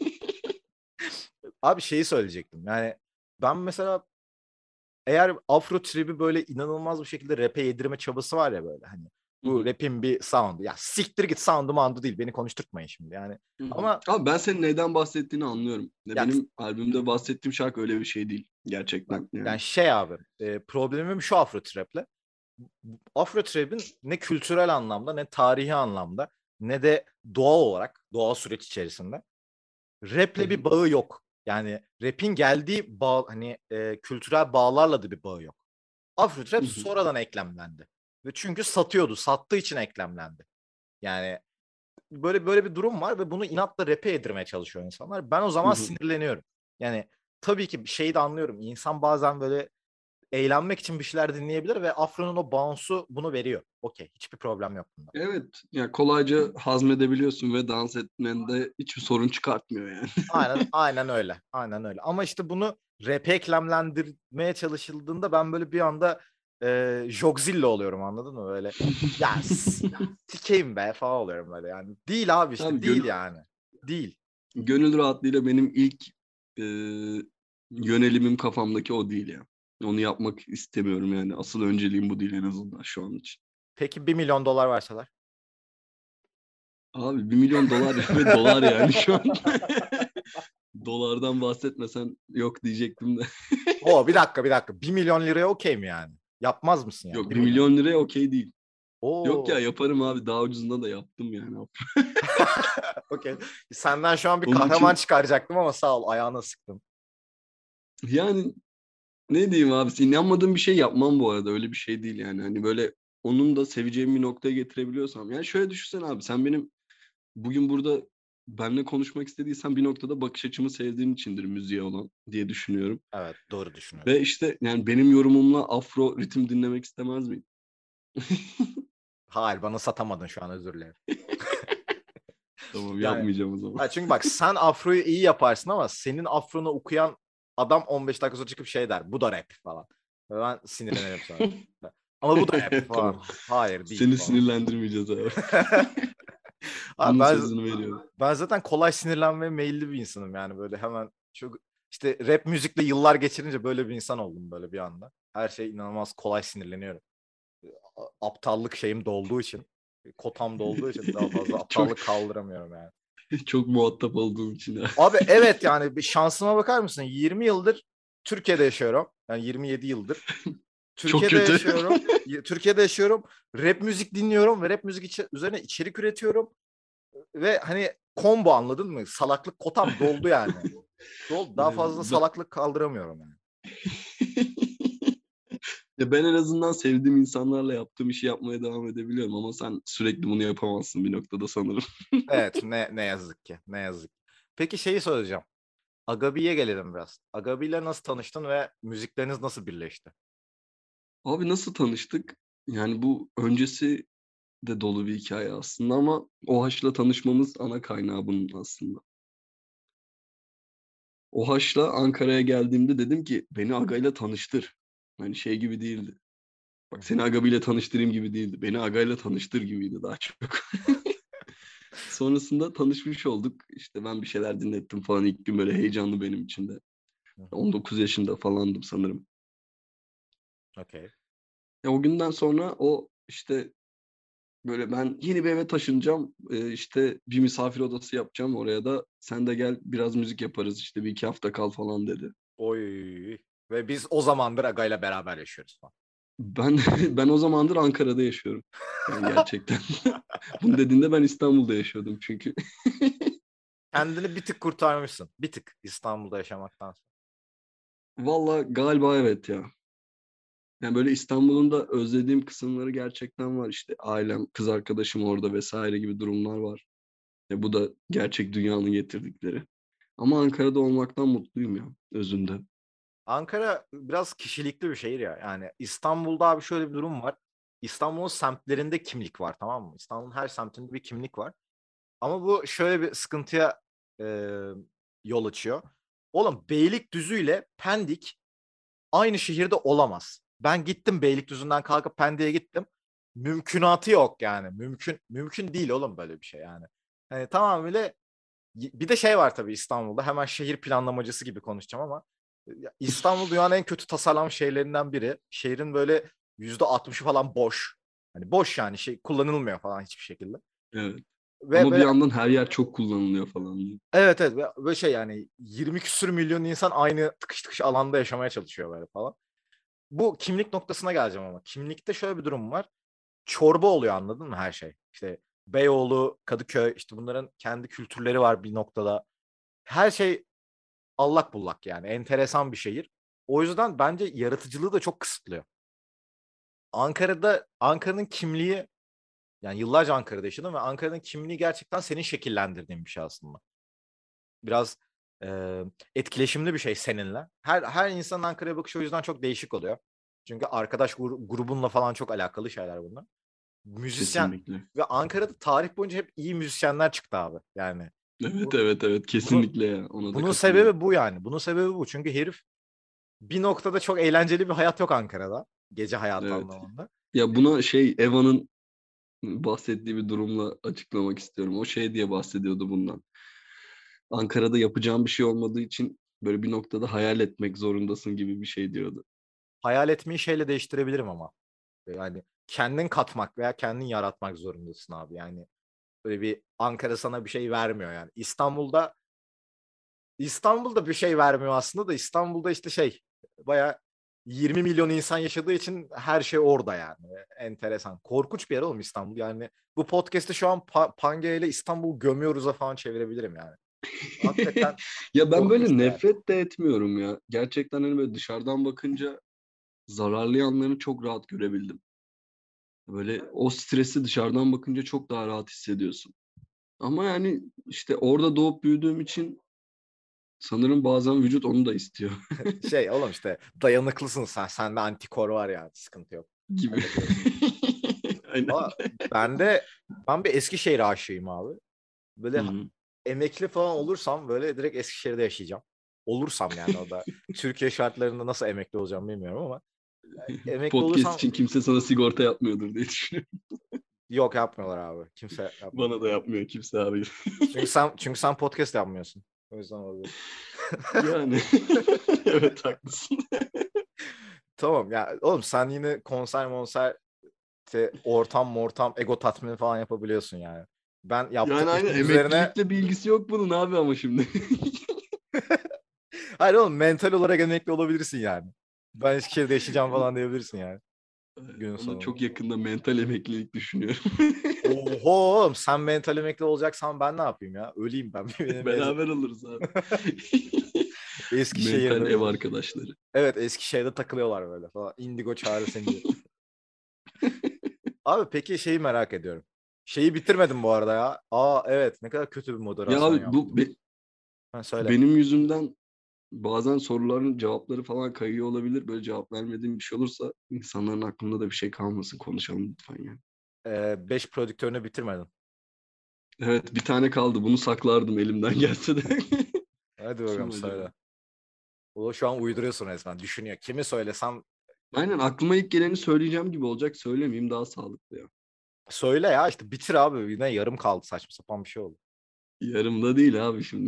Abi şeyi söyleyecektim. Yani ben mesela eğer Afro Trip'i böyle inanılmaz bir şekilde rap'e yedirme çabası var ya böyle hani. Hı Bu hı, rap'in bir sound'u. Ya siktir git, sound'u mandu değil. Beni konuşturtmayın şimdi yani. hı hı. Ama Abi ben senin neyden bahsettiğini anlıyorum. ya Benim albümde bahsettiğim şarkı öyle bir şey değil. bak Gerçekten yani yani. şey abi problemim şu Afro Trap'le. Afro Trap'in ne kültürel anlamda ne tarihi anlamda ne de doğal olarak doğal süreç içerisinde Hı rap'le bir hı. bağı yok. Yani rap'in geldiği bağ, hani kültürel bağlarla da bir bağı yok. Afrotrap Hı hı. sonradan eklemlendi. Ve çünkü satıyordu. Sattığı için eklemlendi. Yani böyle bir durum var ve bunu inatla rap'e yedirmeye çalışıyor insanlar. Ben o Hı zaman hı. sinirleniyorum. Yani tabii ki bir şeyi de anlıyorum. İnsan bazen böyle eğlenmek için bir şeyler dinleyebilir ve Afro'nun o bounce'u bunu veriyor. Okey. Hiçbir problem yok bunda. Evet. Yani kolayca hazmedebiliyorsun ve dans etmende hiçbir sorun çıkartmıyor yani. Aynen öyle. Aynen öyle. Ama işte bunu rap'e eklemlendirmeye çalışıldığında ben böyle bir anda Jogzilla oluyorum, anladın mı? Böyle ya sikeyim be falan oluyorum böyle yani. Değil abi, işte Abi değil yani. Değil. gönül rahatlığıyla benim ilk e, yönelimim kafamdaki o değil ya. Onu yapmak istemiyorum yani. Asıl önceliğim bu değil en azından şu an için. Peki 1 milyon dolar verseler? Abi 1 milyon dolar ve dolar yani şu an. Dolardan bahsetmesen yok diyecektim de. Bir dakika bir dakika. 1 milyon liraya okey mi yani? Yapmaz mısın yani Yok, 1 bir milyon? milyon liraya okey değil. Yok ya, Oo. yaparım abi, daha ucuzunda da yaptım yani. Okey. Senden şu an bir Onun kahraman için çıkaracaktım ama sağ ol, ayağına sıktım. yani ne diyeyim abi, inanmadığım bir şey yapmam bu arada, öyle bir şey değil yani. Hani böyle onun da seveceğim bir noktaya getirebiliyorsam. Yani şöyle düşünsene abi, sen benim bugün burada benimle konuşmak istediysen bir noktada bakış açımı sevdiğin içindir müziğe olan diye düşünüyorum. Evet, doğru düşünüyorsun. Ve işte yani benim yorumumla afro ritim dinlemek istemez miyim? Hayır, bana satamadın şu an, özür dilerim. Tamam, Yani yapmayacağım o zaman. çünkü bak, sen afroyu iyi yaparsın ama senin afronu okuyan adam 15 dakika sonra çıkıp şey der. Bu da rap falan. Ve ben sinirlenirim sonra. Ama bu da rap falan. Tamam. Hayır, değil Seni falan. sinirlendirmeyeceğiz abi. Abi Bunun sözünü veriyorum. ben zaten kolay sinirlenmeye meyilli bir insanım yani, böyle hemen çok işte rap müzikle yıllar geçirince böyle bir insan oldum böyle bir anda. Her şey inanılmaz kolay sinirleniyorum. Aptallık şeyim dolduğu için, kotam dolduğu için daha fazla Çok aptallık kaldıramıyorum yani. çok muhatap olduğum için ya. Abi evet, yani bir şansıma bakar mısın? 20 yıldır Türkiye'de yaşıyorum. Yani 27 yıldır. Çok Türkiye'de kötü. yaşıyorum. Türkiye'de yaşıyorum. Rap müzik dinliyorum ve rap müzik üzerine içerik üretiyorum. Ve hani combo, anladın mı? Salaklık kotam doldu yani. Doldu. Daha Yani fazla salaklık kaldıramıyorum yani. ya ben en azından sevdiğim insanlarla yaptığım işi yapmaya devam edebiliyorum ama sen sürekli bunu yapamazsın bir noktada sanırım. Evet, ne yazık ki. Ne yazık ki. Peki şeyi soracağım. Agabi'ye gelelim biraz. Agabi ile nasıl tanıştın ve müzikleriniz nasıl birleşti? Abi nasıl tanıştık? Yani bu öncesi de dolu bir hikaye aslında ama OHAŞ'la tanışmamız ana kaynağı bunun aslında. OHAŞ'la Ankara'ya geldiğimde dedim ki beni Aga'yla tanıştır. Hani şey gibi değildi. Hı Bak, hı. seni Agabi'yle tanıştırayım gibi değildi. Beni Aga'yla tanıştır gibiydi daha çok. Sonrasında tanışmış olduk. İşte ben bir şeyler dinlettim falan. İlk gün böyle heyecanlı benim için de. Hı hı. 19 yaşında falandım sanırım. Okey. O günden sonra o işte böyle ben yeni bir eve taşınacağım. İşte bir misafir odası yapacağım oraya da. Sen de gel biraz müzik yaparız işte, bir iki hafta kal falan dedi. Oy. Ve biz o zamandır Aga'yla beraber yaşıyoruz falan. Ben ben o zamandır Ankara'da yaşıyorum. Yani gerçekten. Bunu dediğinde ben İstanbul'da yaşıyordum çünkü. Kendini bir tık kurtarmışsın. Bir tık İstanbul'da yaşamaktan. Valla galiba evet ya. Yani böyle İstanbul'un da özlediğim kısımları gerçekten var. İşte ailem, kız arkadaşım orada vesaire gibi durumlar var. Bu da gerçek dünyanın getirdikleri. Ama Ankara'da olmaktan mutluyum ya özünde. Ankara biraz kişilikli bir şehir ya. Yani İstanbul'da abi şöyle bir durum var. İstanbul'un semtlerinde kimlik var, tamam mı? İstanbul'un her semtinde bir kimlik var. Ama bu şöyle bir sıkıntıya e, yol açıyor. Oğlum, Beylikdüzü ile Pendik aynı şehirde olamaz. Ben gittim, Beylikdüzü'nden kalkıp Pendik'e gittim. Mümkünatı yok yani. Mümkün değil oğlum böyle bir şey yani. Hani tamamıyla bir de şey var tabii İstanbul'da. Hemen şehir planlamacısı gibi konuşacağım ama İstanbul dünyanın en kötü tasarlanmış şehirlerinden biri. Şehrin böyle %60'ı falan boş. Hani boş yani, şey kullanılmıyor falan hiçbir şekilde. Evet. Ve Ama bir böyle yandan her yer çok kullanılıyor falan. evet ve şey yani 20 küsür milyon insan aynı tıkış tıkış alanda yaşamaya çalışıyor böyle falan. Bu kimlik noktasına geleceğim ama. Kimlikte şöyle bir durum var. Çorba oluyor, anladın mı her şey? İşte Beyoğlu, Kadıköy, işte bunların kendi kültürleri var bir noktada. Her şey allak bullak yani. Enteresan bir şehir. O yüzden bence yaratıcılığı da çok kısıtlıyor. Ankara'nın kimliği, yani yıllarca Ankara'da yaşadım ve Ankara'nın kimliği gerçekten senin şekillendirdiğin bir şey aslında. Biraz etkileşimli bir şey seninle. Her insanın Ankara'ya bakışı o yüzden çok değişik oluyor. Çünkü arkadaş grubunla falan çok alakalı şeyler bunlar. Müzisyen Kesinlikle. ve Ankara'da tarih boyunca hep iyi müzisyenler çıktı abi. Yani Evet bu, evet evet bunun kesinlikle ya. Ona da bunun katılıyorum. sebebi bu yani. Bunun sebebi bu. Çünkü herif bir noktada çok eğlenceli bir hayat yok Ankara'da. Gece hayatı Evet. anlamında. Ya buna Eva'nın bahsettiği bir durumla açıklamak istiyorum. O diye bahsediyordu bundan. Ankara'da yapacağım bir şey olmadığı için böyle bir noktada hayal etmek zorundasın gibi bir şey diyordu. Hayal etmeyi şeyle değiştirebilirim ama. Yani kendin katmak veya kendin yaratmak zorundasın abi. Yani böyle bir Ankara sana bir şey vermiyor yani. İstanbul'da bir şey vermiyor aslında da İstanbul'da işte bayağı 20 milyon insan yaşadığı için her şey orada yani. Enteresan. Korkunç bir yer oğlum İstanbul. Yani bu podcast'i şu an Pange ile İstanbul gömüyoruz'a falan çevirebilirim yani. Hakikaten Ya ben korkunç böyle bir yer. nefret de etmiyorum ya. Gerçekten hani böyle dışarıdan bakınca zararlı yanlarını çok rahat görebildim. Böyle o stresi dışarıdan bakınca çok daha rahat hissediyorsun. Ama yani işte orada doğup büyüdüğüm için sanırım bazen vücut onu da istiyor Oğlum işte dayanıklısın sen. Sende antikor var yani. Sıkıntı yok. gibi. Hallediyorsun. Aynen. Ama ben bir Eskişehir aşığıyım abi. Böyle Hı. emekli falan olursam böyle direkt Eskişehir'de yaşayacağım. Olursam yani o da Türkiye şartlarında nasıl emekli olacağım bilmiyorum ama emekli Podcast olursam için kimse sana sigorta yapmıyordur diye düşünüyorum. yok yapmıyorlar abi. Kimse yapmıyor. Bana da yapmıyor kimse abi. Çünkü sen podcast yapmıyorsun. O yüzden olabilir. Yani evet haklısın. Tamam ya oğlum sen yine konser ortam ego tatmini falan yapabiliyorsun yani. Ben yaptığım Yani aynen işin üzerine emeklilikle bir ilgisi yok bunun abi ama şimdi. hayır oğlum mental olarak emekli olabilirsin yani. Ben Eskişehir'de yaşayacağım falan diyebilirsin yani günün Onu sonunda. çok yakında mental emeklilik düşünüyorum. Oho oğlum sen mental emekli olacaksan ben ne yapayım ya? Öleyim ben. Beraber oluruz abi. Mental Eskişehir'de ev böyle. arkadaşları. Evet Eskişehir'de takılıyorlar böyle falan. Indigo çağırır seni diye. Abi peki şeyi merak ediyorum. Şeyi bitirmedim bu arada ya. Aa evet ne kadar kötü bir Ya moderasyon abi bu yaptım. Ha, söyle. benim yüzümden bazen soruların cevapları falan kayıyor olabilir. Böyle cevap vermediğim bir şey olursa insanların aklında da bir şey kalmasın. Konuşalım lütfen yani. 5 prodüktörünü bitirmedin. Evet bir tane kaldı. Bunu saklardım elimden gelse de. Hadi Kim bakalım acaba? söyle. O şu an uyduruyorsun resmen. Düşünüyor. Kimi söylesem Aynen aklıma ilk geleni söyleyeceğim gibi olacak. Söylemeyeyim daha sağlıklı ya. söyle ya işte bitir abi. Yine yarım kaldı saçma sapan bir şey oldu. Yarımda değil abi şimdi.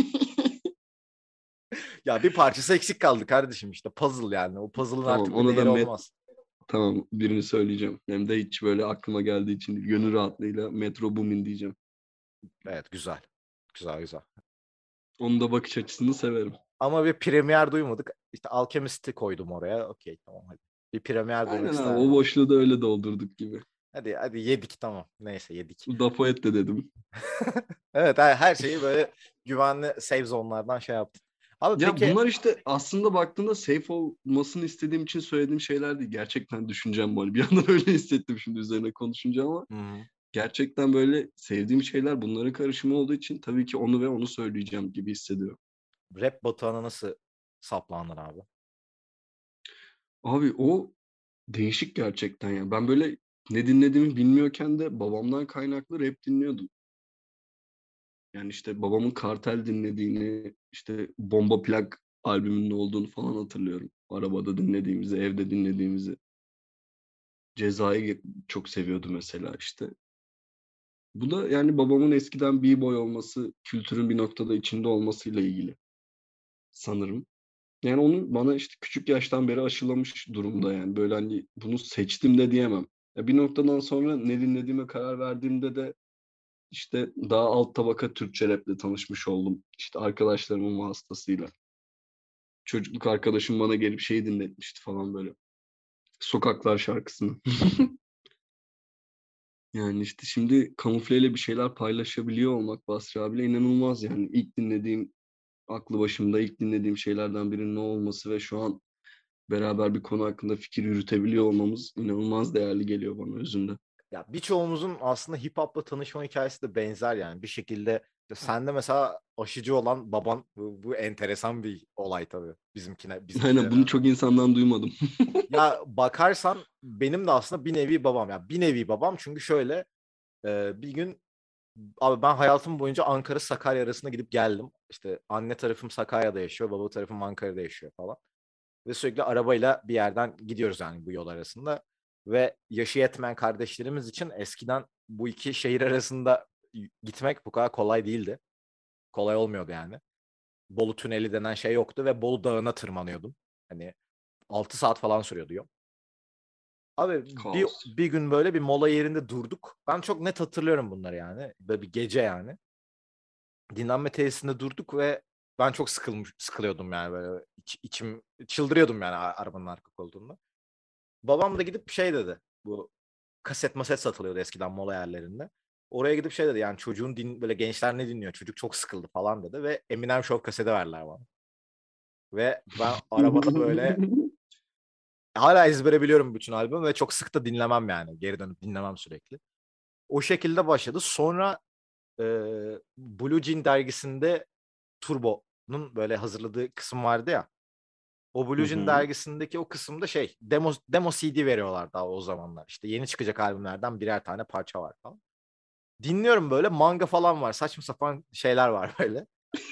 Ya bir parçası eksik kaldı kardeşim işte puzzle yani. O puzzle'ın Tamam artık bir ona da değeri olmaz. tamam birini söyleyeceğim. Hem de hiç böyle aklıma geldiği için değil, gönül rahatlığıyla Metro Boomin diyeceğim. Evet güzel. Güzel güzel. Onun da bakış açısını severim. Ama bir premier duymadık. İşte Alchemist'i koydum oraya. Okey tamam hadi. Bir premier duymak Aynen abi ister o miyim? boşluğu da öyle doldurduk gibi. Hadi yedik tamam. Neyse yedik. Dafoet de dedim. Evet her şeyi böyle güvenli safe zone'lardan şey yaptım. Abi Ya peki bunlar işte aslında baktığında safe olmasını istediğim için söylediğim şeyler değil. Gerçekten düşüncem var. Bir yandan öyle hissettim şimdi üzerine konuşunca ama hı-hı. gerçekten böyle sevdiğim şeyler bunların karışımı olduğu için tabii ki onu ve onu söyleyeceğim gibi hissediyorum. Rap batağına nasıl saplandın abi? Abi o değişik gerçekten ya. Ben böyle ne dinlediğimi bilmiyorken de babamdan kaynaklı rap dinliyordum. Yani işte babamın Kartel dinlediğini, işte Bomba Plak albümünün olduğunu falan hatırlıyorum. Arabada dinlediğimizi, evde dinlediğimizi. Ceza'yı çok seviyordu mesela işte. Bu da yani babamın eskiden B-boy olması, kültürün bir noktada içinde olmasıyla ilgili sanırım. Yani onu bana işte küçük yaştan beri aşılamış durumda yani. Böyle hani bunu seçtim de diyemem. Ya bir noktadan sonra ne dinlediğime karar verdiğimde de işte daha alt tabaka Türkçe raple tanışmış oldum. İşte arkadaşlarımın vasıtasıyla. Çocukluk arkadaşım bana gelip şeyi dinletmişti falan böyle. Sokaklar şarkısını. Yani işte şimdi kamufleyle bir şeyler paylaşabiliyor olmak Basri abiyle inanılmaz yani. İlk dinlediğim aklı başımda ilk dinlediğim şeylerden birinin o olması ve şu an beraber bir konu hakkında fikir yürütebiliyor olmamız inanılmaz değerli geliyor bana özünde. Ya birçoğumuzun aslında hip hop'la tanışma hikayesi de benzer yani. Bir şekilde işte sende mesela aşıcı olan baban, bu enteresan bir olay tabii bizimki Aynen, bunu de. çok insandan duymadım. Ya bakarsan benim de aslında bir nevi babam. Ya bir nevi babam çünkü şöyle bir gün abi ben hayatım boyunca Ankara Sakarya arasında gidip geldim. İşte anne tarafım Sakarya'da yaşıyor, baba tarafım Ankara'da yaşıyor falan. Ve sürekli arabayla bir yerden gidiyoruz yani bu yol arasında. Ve yaşı yetmeyen kardeşlerimiz için eskiden bu iki şehir arasında gitmek bu kadar kolay değildi. Kolay olmuyordu yani. Bolu Tüneli denen şey yoktu ve Bolu Dağı'na tırmanıyordum. Hani 6 saat falan sürüyordu yol. Abi Kaos. bir gün böyle bir mola yerinde durduk. Ben çok net hatırlıyorum bunları yani. Böyle bir gece yani. Dinlenme tesisinde durduk ve ben çok sıkılıyordum yani böyle içim çıldırıyordum yani arabanın arka koltuğunda. Babam da gidip şey dedi. Bu kaset maset satılıyordu eskiden mola yerlerinde. Oraya gidip şey dedi yani böyle gençler ne dinliyor? Çocuk çok sıkıldı falan dedi ve Eminem Show kaseti verdiler bana. Ve ben arabada böyle hala ezbere biliyorum bütün albümü ve çok sık da dinlemem yani. Geri dönüp dinlemem sürekli. O şekilde başladı. Sonra e, Blue Jean dergisinde Turbo'nun böyle hazırladığı kısım vardı ya. O Hı Blue Jean hı. dergisindeki o kısımda şey demo CD veriyorlar daha o zamanlar. İşte yeni çıkacak albümlerden birer tane parça var falan. Dinliyorum böyle manga falan var. Saçma sapan şeyler var böyle.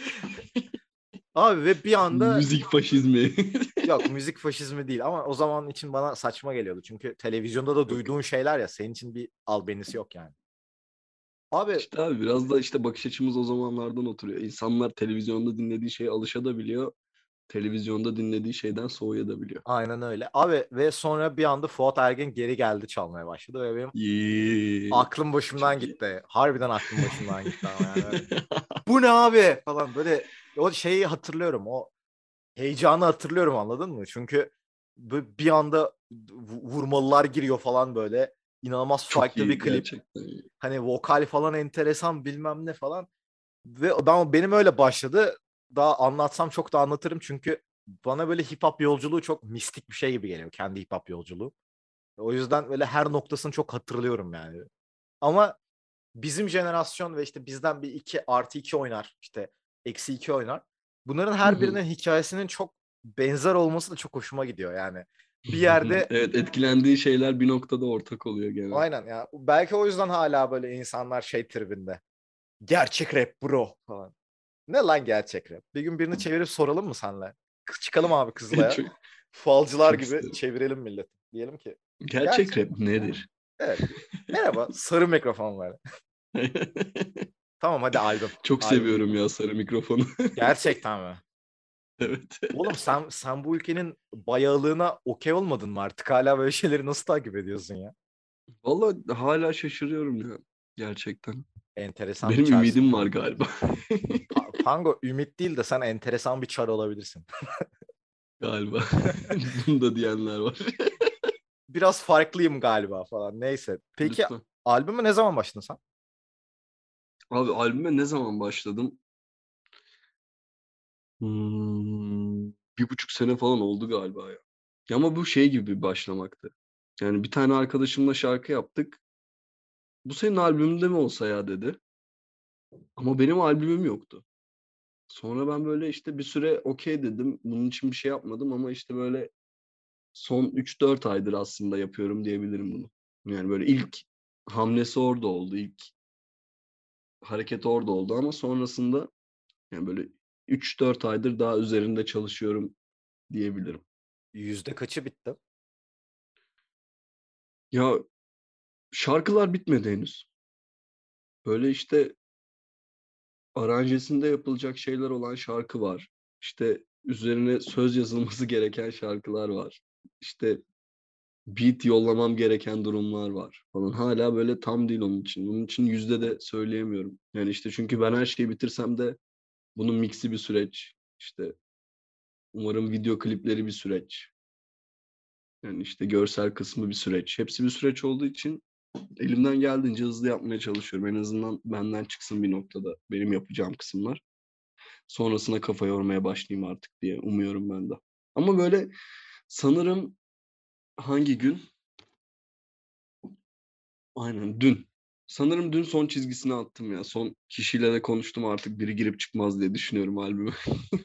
Abi ve bir anda Müzik faşizmi. yok müzik faşizmi değil ama o zaman için bana saçma geliyordu. Çünkü televizyonda da Yok. duyduğun şeyler ya senin için bir albenisi yok yani. Abi İşte abi biraz da işte bakış açımız o zamanlardan oturuyor. İnsanlar televizyonda dinlediği şeye alışabiliyor. Televizyonda dinlediği şeyden soğuyabiliyor. aynen öyle. Abi ve sonra bir anda Fuat Ergen geri geldi çalmaya başladı ve benim İyi. aklım başımdan Çok iyi. gitti. Harbiden aklım başımdan gitti ama yani böyle. Bu ne abi falan böyle o şeyi hatırlıyorum. O heyecanı hatırlıyorum anladın mı? Çünkü bir anda vurmalılar giriyor falan böyle. İnanılmaz Çok farklı bir iyi klip. gerçekten. Hani vokal falan enteresan bilmem ne falan. Ve benim öyle başladı. Daha anlatsam çok da anlatırım çünkü bana böyle hip hop yolculuğu çok mistik bir şey gibi geliyor. Kendi hip hop yolculuğu. O yüzden böyle her noktasını çok hatırlıyorum yani. Ama bizim jenerasyon ve işte bizden bir iki artı iki oynar. İşte eksi iki oynar. Bunların Hı her hı. birinin hikayesinin çok benzer olması da çok hoşuma gidiyor yani. Bir yerde Evet, etkilendiği şeyler bir noktada ortak oluyor genelde. aynen ya. Belki o yüzden hala böyle insanlar şey tribinde. Gerçek rap bro falan. Ne lan gerçek rap? Bir gün birini çevirip soralım mı senle? Çıkalım abi Kızılay'a. Çok, Falcılar çok gibi isterim. çevirelim milleti. Diyelim ki Gerçek gerçek. rap nedir? Evet. Merhaba. Sarı mikrofon var. Tamam hadi albüm. Çok Albüm. seviyorum ya sarı mikrofonu. Gerçekten mi? Evet. Oğlum sen bu ülkenin bayağılığına okey olmadın mı artık? Hala böyle şeyleri nasıl takip ediyorsun ya? Vallahi hala şaşırıyorum ya. Gerçekten. Enteresan bir Benim çarsın. ümidim var galiba. Pango ümit değil de sen enteresan bir çar olabilirsin. Galiba. Bunu da diyenler var. Biraz farklıyım galiba falan. Neyse. Peki Lütfen. albüme ne zaman başladın sen? Abi albüme ne zaman başladım? 1,5 sene falan oldu galiba ya. Ya ama bu şey gibi bir başlamaktı. Yani bir tane arkadaşımla şarkı yaptık. Bu senin albümünde mi olsa ya dedi. Ama benim albümüm yoktu. Sonra ben böyle işte bir süre okey dedim. Bunun için bir şey yapmadım ama işte böyle son 3-4 aydır aslında yapıyorum diyebilirim bunu. Yani böyle ilk hamlesi orada oldu. İlk hareket orada oldu ama sonrasında yani böyle 3-4 aydır daha üzerinde çalışıyorum diyebilirim. Yüzde kaçı bitti? Ya şarkılar bitmedi henüz. Böyle işte aranjesinde yapılacak şeyler olan şarkı var. İşte üzerine söz yazılması gereken şarkılar var. İşte beat yollamam gereken durumlar var falan. Hala böyle tam değil onun için. Bunun için yüzde de söyleyemiyorum. Yani işte çünkü ben her şeyi bitirsem de bunun mixi bir süreç. İşte umarım video klipleri bir süreç. Yani işte görsel kısmı bir süreç. Hepsi bir süreç olduğu için elimden geldiğince hızlı yapmaya çalışıyorum. En azından benden çıksın bir noktada benim yapacağım kısımlar. Sonrasına kafa yormaya başlayayım artık diye umuyorum ben de. Ama böyle sanırım hangi gün? Aynen dün. Sanırım dün son çizgisini attım ya. Son kişiyle de konuştum, artık biri girip çıkmaz diye düşünüyorum albüme.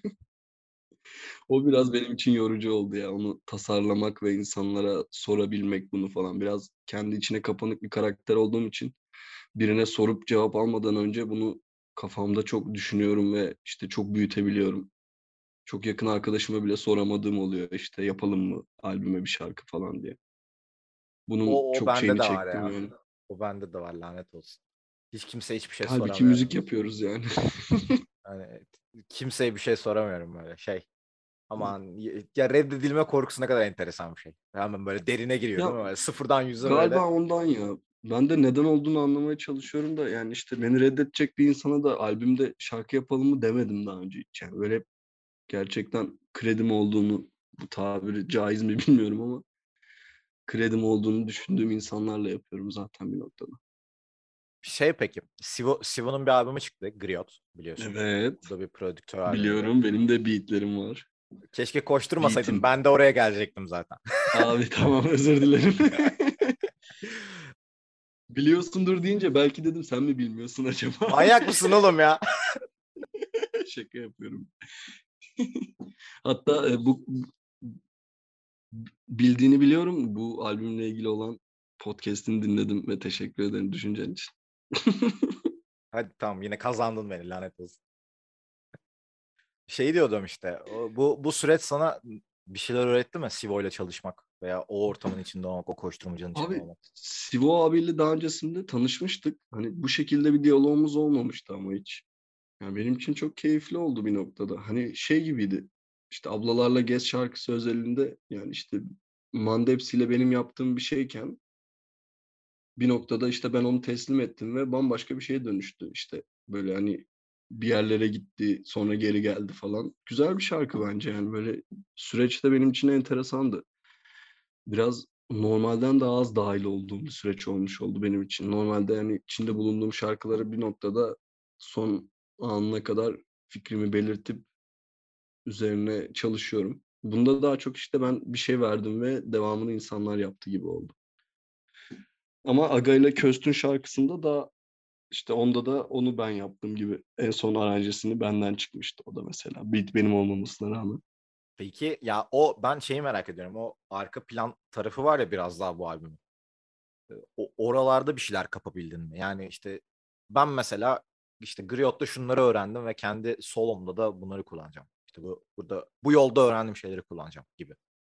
O biraz benim için yorucu oldu ya. Onu tasarlamak ve insanlara sorabilmek bunu falan. Biraz kendi içine kapanık bir karakter olduğum için birine sorup cevap almadan önce bunu kafamda çok düşünüyorum ve işte çok büyütebiliyorum. Çok yakın arkadaşıma bile soramadığım oluyor. İşte yapalım mı albüme bir şarkı falan diye. Bunun O çok bende şeyini de var çektim ya. yani. O bende de var, lanet olsun. Hiç kimseye hiçbir şey Halbuki soramıyorum. müzik yapıyoruz yani. Hani kimseye bir şey soramıyorum böyle şey. Aman ya, reddedilme korkusu ne kadar enteresan bir şey. Hemen böyle derine giriyor Ya değil mi? Böyle sıfırdan yüze böyle. galiba ondan ya. Ben de neden olduğunu anlamaya çalışıyorum da, yani işte beni reddedecek bir insana da albümde şarkı yapalım mı demedim daha önce hiç. Yani böyle gerçekten kredim olduğunu, bu tabiri caiz mi bilmiyorum ama kredim olduğunu düşündüğüm insanlarla yapıyorum zaten bir noktada. Şey peki. Sivo'nun bir albümü çıktı. Griot biliyorsun. Evet, Bu da bir prodüktör albümüydü. biliyorum, benim de beatlerim var. Keşke koşturmasaydım. Beatim. Ben de oraya gelecektim zaten. Abi tamam, özür dilerim. Biliyorsundur deyince belki dedim sen mi bilmiyorsun acaba? Manyak mısın oğlum ya? Şaka yapıyorum. Hatta bu bildiğini biliyorum. Bu albümle ilgili olan podcast'ini dinledim ve teşekkür ederim düşüncen için. Hadi tamam, yine kazandın beni, lanet olsun. Şey diyordum işte. Bu süreç sana bir şeyler öğretti mi? Sivo ile çalışmak veya o ortamın içinde olmak, o koşturmacanın içinde Abi olmak. Sivo abiyle daha öncesinde tanışmıştık. Hani bu şekilde bir diyalogumuz olmamıştı ama hiç. Yani benim için çok keyifli oldu bir noktada. Hani şey gibiydi. İşte Ablalarla Gez şarkısı özelinde, yani işte Mandeps ile benim yaptığım bir şeyken bir noktada işte ben onu teslim ettim ve bambaşka bir şeye dönüştü. İşte böyle hani bir yerlere gitti, sonra geri geldi falan. Güzel bir şarkı bence, yani böyle süreçte benim için enteresandı. Biraz normalden daha az dahil olduğum bir süreç olmuş oldu benim için. Normalde yani içinde bulunduğum şarkıları bir noktada son anına kadar fikrimi belirtip üzerine çalışıyorum. Bunda daha çok işte ben bir şey verdim ve devamını insanlar yaptı gibi oldu. Ama Aga ile Köstün şarkısında da işte onda da onu ben yaptım gibi. En son aranjesini benden çıkmıştı o da mesela. Beat benim olmamasına rağmen. Peki ya, o ben şeyi merak ediyorum. O arka plan tarafı var ya biraz daha bu albümün. Oralarda bir şeyler kapabildin mi? Yani işte ben mesela işte Griot'ta şunları öğrendim ve kendi solomda da bunları kullanacağım. İşte bu yolda öğrendiğim şeyleri kullanacağım gibi.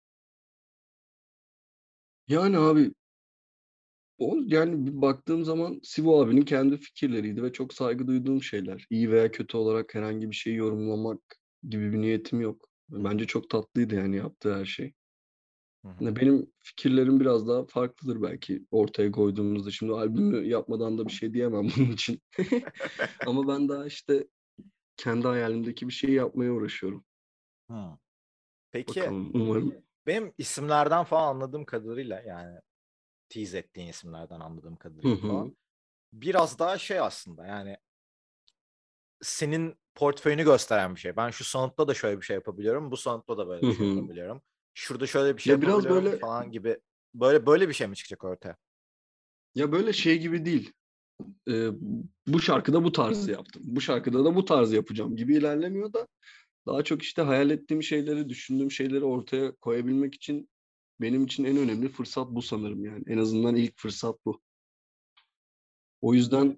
Yani abi o, yani bir baktığım zaman Sivo abinin kendi fikirleriydi ve çok saygı duyduğum şeyler. İyi veya kötü olarak herhangi bir şeyi yorumlamak gibi bir niyetim yok. Hı hı, Bence çok tatlıydı yani yaptığı her şey. hı hı. Yani benim fikirlerim biraz daha farklıdır belki ortaya koyduğumuzda. Şimdi albümü yapmadan da bir şey diyemem bunun için. Ama ben daha işte kendi hayalimdeki bir şeyi yapmaya uğraşıyorum. Hı. Peki Bakalım, umarım. benim isimlerden falan anladığım kadarıyla, yani tease ettiğin isimlerden anladığım Hı kadarıyla falan hı. biraz daha şey aslında, yani senin portföyünü gösteren bir şey. Ben şu sanatta da şöyle bir şey yapabiliyorum. Bu sanatta da böyle Hı bir şey hı. yapabiliyorum. Şurada şöyle bir şey Ya biraz yapabiliyorum böyle, falan gibi. Böyle bir şey mi çıkacak ortaya? ya böyle şey gibi değil. Ee, Bu şarkıda bu tarzı yaptım. Bu şarkıda da bu tarzı yapacağım gibi ilerlemiyor da daha çok işte hayal ettiğim şeyleri, düşündüğüm şeyleri ortaya koyabilmek için benim için en önemli fırsat bu sanırım yani. En azından ilk fırsat bu. O yüzden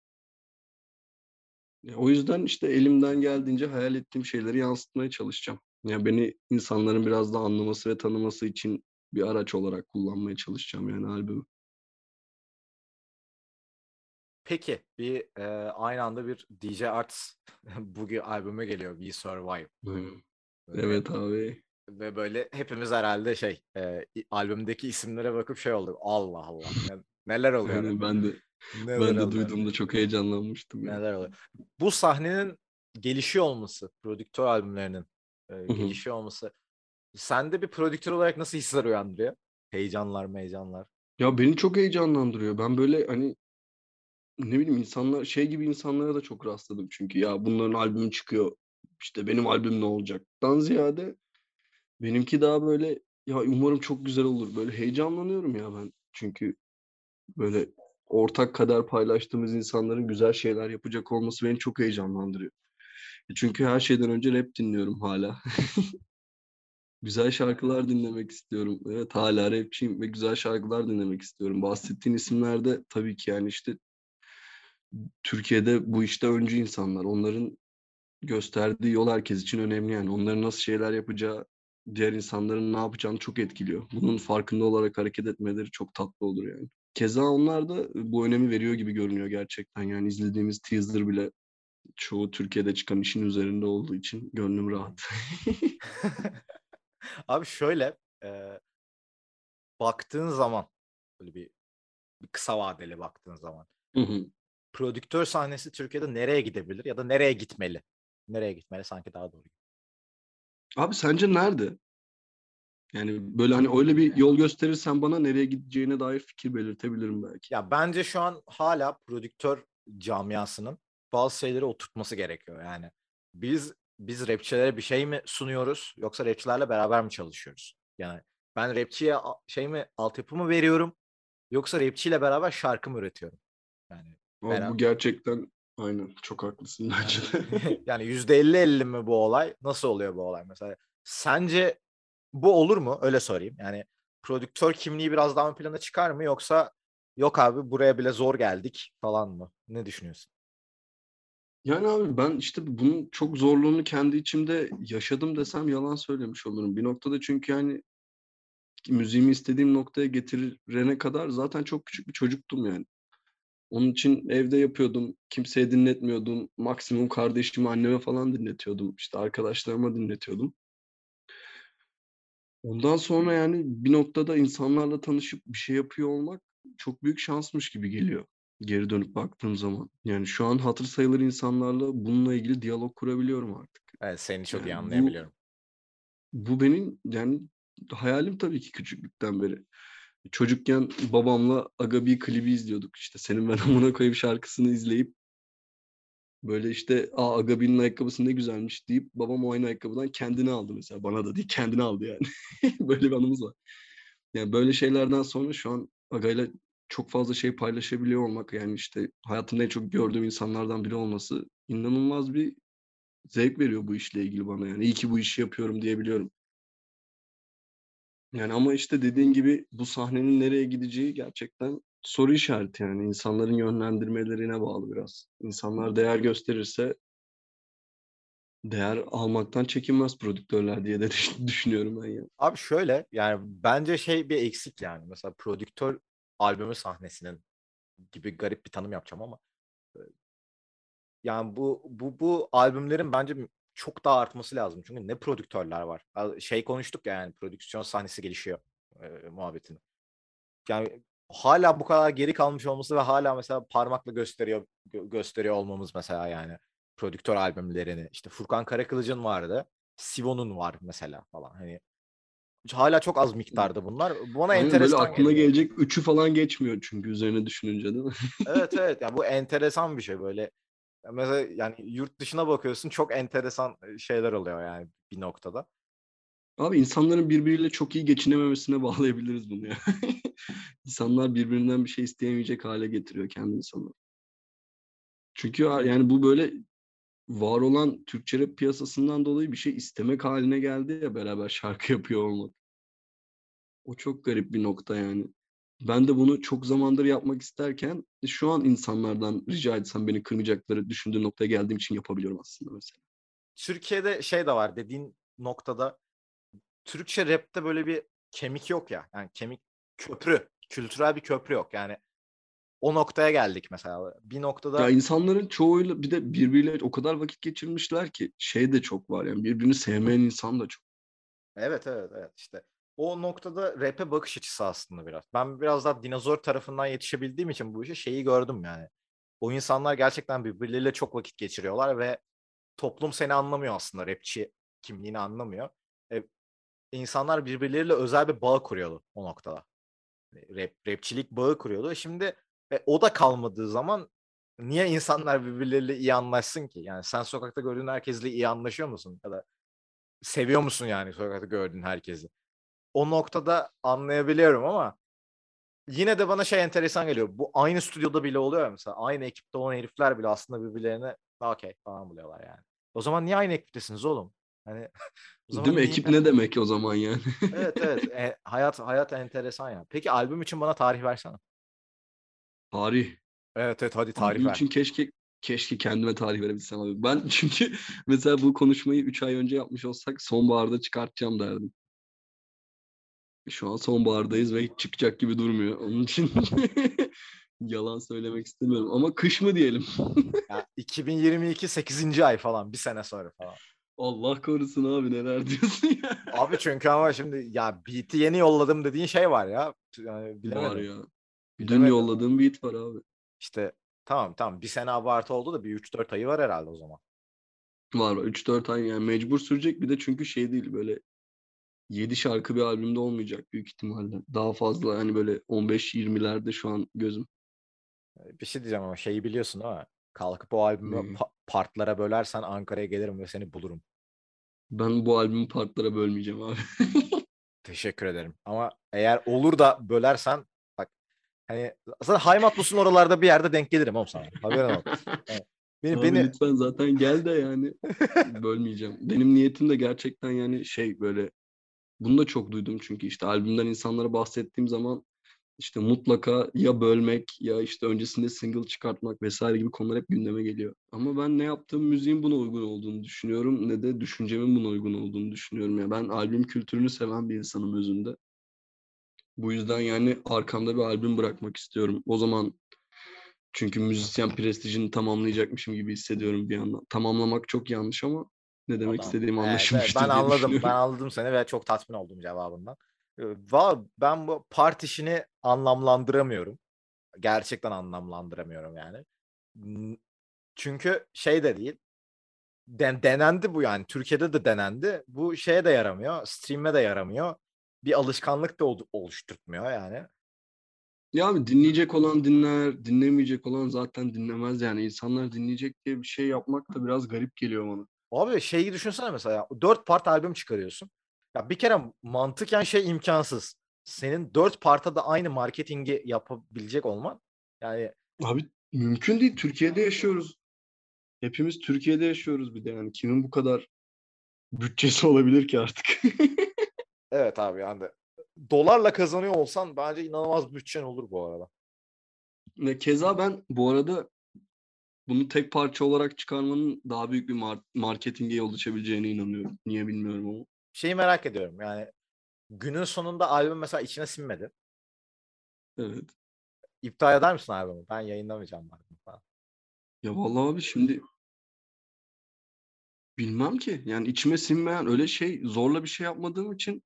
o yüzden işte elimden geldiğince hayal ettiğim şeyleri yansıtmaya çalışacağım. Yani beni insanların biraz daha anlaması ve tanıması için bir araç olarak kullanmaya çalışacağım yani albümü. Peki aynı anda bir DJ Arts bugün albüme geliyor. We Survive. Hı. Ve, Evet abi. ve böyle hepimiz herhalde albümdeki isimlere bakıp şey olduk. Allah Allah. Neler oluyor? Aynen, ben de Neler ben de oluyor? duyduğumda çok heyecanlanmıştım ya. Neler oluyor? Bu sahnenin gelişiyor olması, prodüktör albümlerinin Hı hı. gelişiyor olması sende bir prodüktör olarak nasıl hisler uyandırıyor? Heyecanlar, meyecanlar. Ya beni çok heyecanlandırıyor. Ben böyle hani ne bileyim insanlar şey gibi insanlara da çok rastladım çünkü ya bunların albümü çıkıyor. İşte benim albüm ne olacaktan ziyade benimki daha böyle ya umarım çok güzel olur. Böyle heyecanlanıyorum ya ben. Çünkü böyle ortak kader paylaştığımız insanların güzel şeyler yapacak olması beni çok heyecanlandırıyor. Çünkü her şeyden önce rap dinliyorum hala. Güzel şarkılar dinlemek istiyorum. Evet hala rapçiyim ve güzel şarkılar dinlemek istiyorum. Bahsettiğin isimler de tabii ki yani işte Türkiye'de bu işte öncü insanlar. Onların gösterdiği yol herkes için önemli yani. Onların nasıl şeyler yapacağı diğer insanların ne yapacağını çok etkiliyor. Bunun farkında olarak hareket etmeleri çok tatlı olur yani. Keza onlar da bu önemi veriyor gibi görünüyor gerçekten. Yani izlediğimiz teaser bile çoğu Türkiye'de çıkan işin üzerinde olduğu için gönlüm rahat. Abi şöyle baktığın zaman böyle bir kısa vadeli baktığın zaman Hı hı. prodüktör sahnesi Türkiye'de nereye gidebilir ya da nereye gitmeli? Nereye gitmeli sanki daha doğru. Abi sence nerede? Yani böyle hani öyle bir yol gösterirsen bana nereye gideceğine dair fikir belirtebilirim belki. Ya bence şu an hala prodüktör camiasının bazı şeyleri oturtması gerekiyor. Yani biz rapçilere bir şey mi sunuyoruz yoksa rapçilerle beraber mi çalışıyoruz? Yani ben rapçiye şey mi altyapı mı veriyorum yoksa rapçiyle beraber şarkı mı üretiyorum? Yani Ama ben bu gerçekten aynen çok haklısın bence yani de. yani %50-50 mi bu olay? Nasıl oluyor bu olay mesela? Sence bu olur mu? Öyle sorayım. Yani prodüktör kimliği biraz daha ön plana çıkar mı yoksa yok abi buraya bile zor geldik falan mı? Ne düşünüyorsun? Yani abi ben işte bunun çok zorluğunu kendi içimde yaşadım desem yalan söylemiş olurum. Bir noktada çünkü yani müziğimi istediğim noktaya getirene kadar zaten çok küçük bir çocuktum yani. Onun için evde yapıyordum. Kimseye dinletmiyordum. Maksimum kardeşime, anneme falan dinletiyordum. İşte arkadaşlarıma dinletiyordum. Ondan sonra yani bir noktada insanlarla tanışıp bir şey yapıyor olmak çok büyük şansmış gibi geliyor. Geri dönüp baktığım zaman. Yani şu an hatır sayılır insanlarla bununla ilgili diyalog kurabiliyorum artık. Evet, seni çok iyi Yani bu anlayabiliyorum. bu benim yani hayalim tabii ki küçüklükten beri. Çocukken babamla Aga bir klibi izliyorduk işte. Senin ben amına koyayım şarkısını izleyip böyle işte Aga B'nin ayakkabısı ne güzelmiş deyip babam o aynı ayakkabıdan kendini aldı mesela. Bana da değil kendini aldı yani. Böyle bir anımız var. Yani böyle şeylerden sonra şu an Aga'yla çok fazla şey paylaşabiliyor olmak yani işte hayatımda en çok gördüğüm insanlardan biri olması inanılmaz bir zevk veriyor bu işle ilgili bana yani. İyi ki bu işi yapıyorum diyebiliyorum. Yani ama işte dediğin gibi bu sahnenin nereye gideceği gerçekten soru işareti yani. İnsanların yönlendirmelerine bağlı biraz. İnsanlar değer gösterirse değer almaktan çekinmez prodüktörler diye de düşünüyorum ben ya. Abi şöyle yani bence şey bir eksik yani. Mesela prodüktör albümü sahnesinin gibi garip bir tanım yapacağım ama yani bu albümlerin bence çok daha artması lazım. Çünkü ne prodüktörler var. Şey konuştuk ya yani prodüksiyon sahnesi gelişiyor muhabbetini. Yani hala bu kadar geri kalmış olması ve hala mesela parmakla gösteriyor olmamız mesela yani prodüktör albümlerini. İşte Furkan Karakılıç'ın vardı. Sivo'nun var mesela falan. Hani hala çok az miktarda bunlar. Bu bana Aynen böyle enteresan aklına geliyor. gelecek üçü falan geçmiyor çünkü üzerine düşününce değil mi? Evet evet yani bu enteresan bir şey böyle. Mesela yani yurt dışına bakıyorsun çok enteresan şeyler oluyor yani bir noktada. Abi insanların birbiriyle çok iyi geçinememesine bağlayabiliriz bunu ya. İnsanlar birbirinden bir şey isteyemeyecek hale getiriyor kendi insanı. Çünkü yani bu böyle var olan Türkçe rap piyasasından dolayı bir şey istemek haline geldi ya beraber şarkı yapıyor olmak. O çok garip bir nokta yani. Ben de bunu çok zamandır yapmak isterken şu an insanlardan rica etsem beni kırmayacakları düşündüğü noktaya geldiğim için yapabiliyorum aslında mesela. Türkiye'de şey de var dediğin noktada Türkçe rapte böyle bir kemik yok ya. Yani kemik köprü, kültürel bir köprü yok. Yani o noktaya geldik mesela. Bir Ya noktada insanların çoğuyla bir de birbiriyle o kadar vakit geçirmişler ki şey de çok var yani birbirini sevmeyen insan da çok. evet evet evet işte o noktada rap'e bakış açısı aslında biraz. Ben biraz daha dinozor tarafından yetişebildiğim için bu işi şeyi gördüm yani. O insanlar gerçekten birbirleriyle çok vakit geçiriyorlar ve toplum seni anlamıyor aslında. Rapçi kimliğini anlamıyor. E, insanlar birbirleriyle özel bir bağ kuruyordu o noktada. Rapçilik bağı kuruyordu. Şimdi o da kalmadığı zaman niye insanlar birbirleriyle iyi anlaşsın ki? Yani sen sokakta gördüğün herkesle iyi anlaşıyor musun? Ya da seviyor musun yani sokakta gördüğün herkesi? O noktada anlayabiliyorum ama yine de bana şey enteresan geliyor. Bu aynı stüdyoda bile oluyor ya mesela. Aynı ekipte olan herifler bile aslında birbirlerine okey falan buluyorlar yani. O zaman niye aynı ekiptesiniz oğlum? Hani o Değil mi? zaman niye? Ekip ne demek o zaman yani? Evet evet. Hayat enteresan ya. Peki albüm için bana tarih versene. Tarih. Evet evet hadi tarih Albüm ver. için keşke kendime tarih verebilsem abi. Ben çünkü mesela bu konuşmayı 3 ay önce yapmış olsak sonbaharda çıkartacağım derdim. Şu an sonbahardayız ve hiç çıkacak gibi durmuyor. Onun için yalan söylemek istemiyorum. Ama kış mı diyelim? Ya 2022 8. ay falan bir sene sonra falan. Allah korusun abi, neler diyorsun ya. Abi çünkü ama şimdi ya beat'i yeni yolladım dediğin şey var ya. Yani Var bilemedim. ya. Dün Bilemedim. yolladığım beat var abi. İşte tamam bir sene abartı oldu da bir 3-4 ayı var herhalde o zaman. Var 3-4 ay yani mecbur sürecek. Bir de çünkü şey değil, böyle 7 şarkı bir albümde olmayacak büyük ihtimalle. Daha fazla yani, böyle 15-20'lerde şu an gözüm. Bir şey diyeceğim ama şeyi biliyorsun değil mi? Kalkıp o albümü Ne? partlara bölersen Ankara'ya gelirim ve seni bulurum. Ben bu albümü partlara bölmeyeceğim abi. Teşekkür ederim. Ama eğer olur da bölersen bak hani zaten Haymatlus'un oralarda bir yerde denk gelirim oğlum sana. Haberin ol. Yani Abi beni lütfen, zaten gel de yani, bölmeyeceğim. Benim niyetim de gerçekten yani şey, böyle bunu da çok duydum çünkü işte albümden insanlara bahsettiğim zaman işte mutlaka ya bölmek ya işte öncesinde single çıkartmak vesaire gibi konular hep gündeme geliyor. Ama ben ne yaptığım müziğin buna uygun olduğunu düşünüyorum, ne de düşüncemin buna uygun olduğunu düşünüyorum. Ya ben albüm kültürünü seven bir insanım özünde. Bu yüzden yani arkamda bir albüm bırakmak istiyorum. O zaman çünkü müzisyen prestijini tamamlayacakmışım gibi hissediyorum bir yandan. Tamamlamak çok yanlış ama ne demek adam. istediğim Evet, evet, ben anlaşılmıştır diye anladım. Ben düşünüyorum. anladım seni ve çok tatmin oldum cevabından. Ben bu part işini anlamlandıramıyorum. Gerçekten anlamlandıramıyorum yani. N- Çünkü şey de değil. Denendi bu yani. Türkiye'de de denendi. Bu şeye de yaramıyor. Stream'e de yaramıyor. Bir alışkanlık da oluşturtmuyor yani. Ya abi, dinleyecek olan dinler, dinlemeyecek olan zaten dinlemez yani. İnsanlar dinleyecek diye bir şey yapmak da biraz garip geliyor bana. Abi şeyi düşünsene mesela. 4 part albüm çıkarıyorsun. Ya bir kere mantıken şey imkansız. Senin 4 parta da aynı marketingi yapabilecek olman. Yani Abi mümkün değil. Türkiye'de yaşıyoruz. Hepimiz Türkiye'de yaşıyoruz bir de yani. Kimin bu kadar bütçesi olabilir ki artık? evet abi yani dolarla kazanıyor olsan bence inanılmaz bütçen olur bu arada. Ve keza ben bu arada bunu tek parça olarak çıkarmanın daha büyük bir marketinge yol açabileceğine inanıyorum. Niye bilmiyorum ama. Şeyi merak ediyorum yani günün sonunda albüm mesela içine sinmedi. Evet. İptal eder misin albümü? Ben yayınlamayacağım albümü falan. Ya vallahi abi, şimdi bilmem ki. Yani içime sinmeyen, öyle şey, zorla bir şey yapmadığım için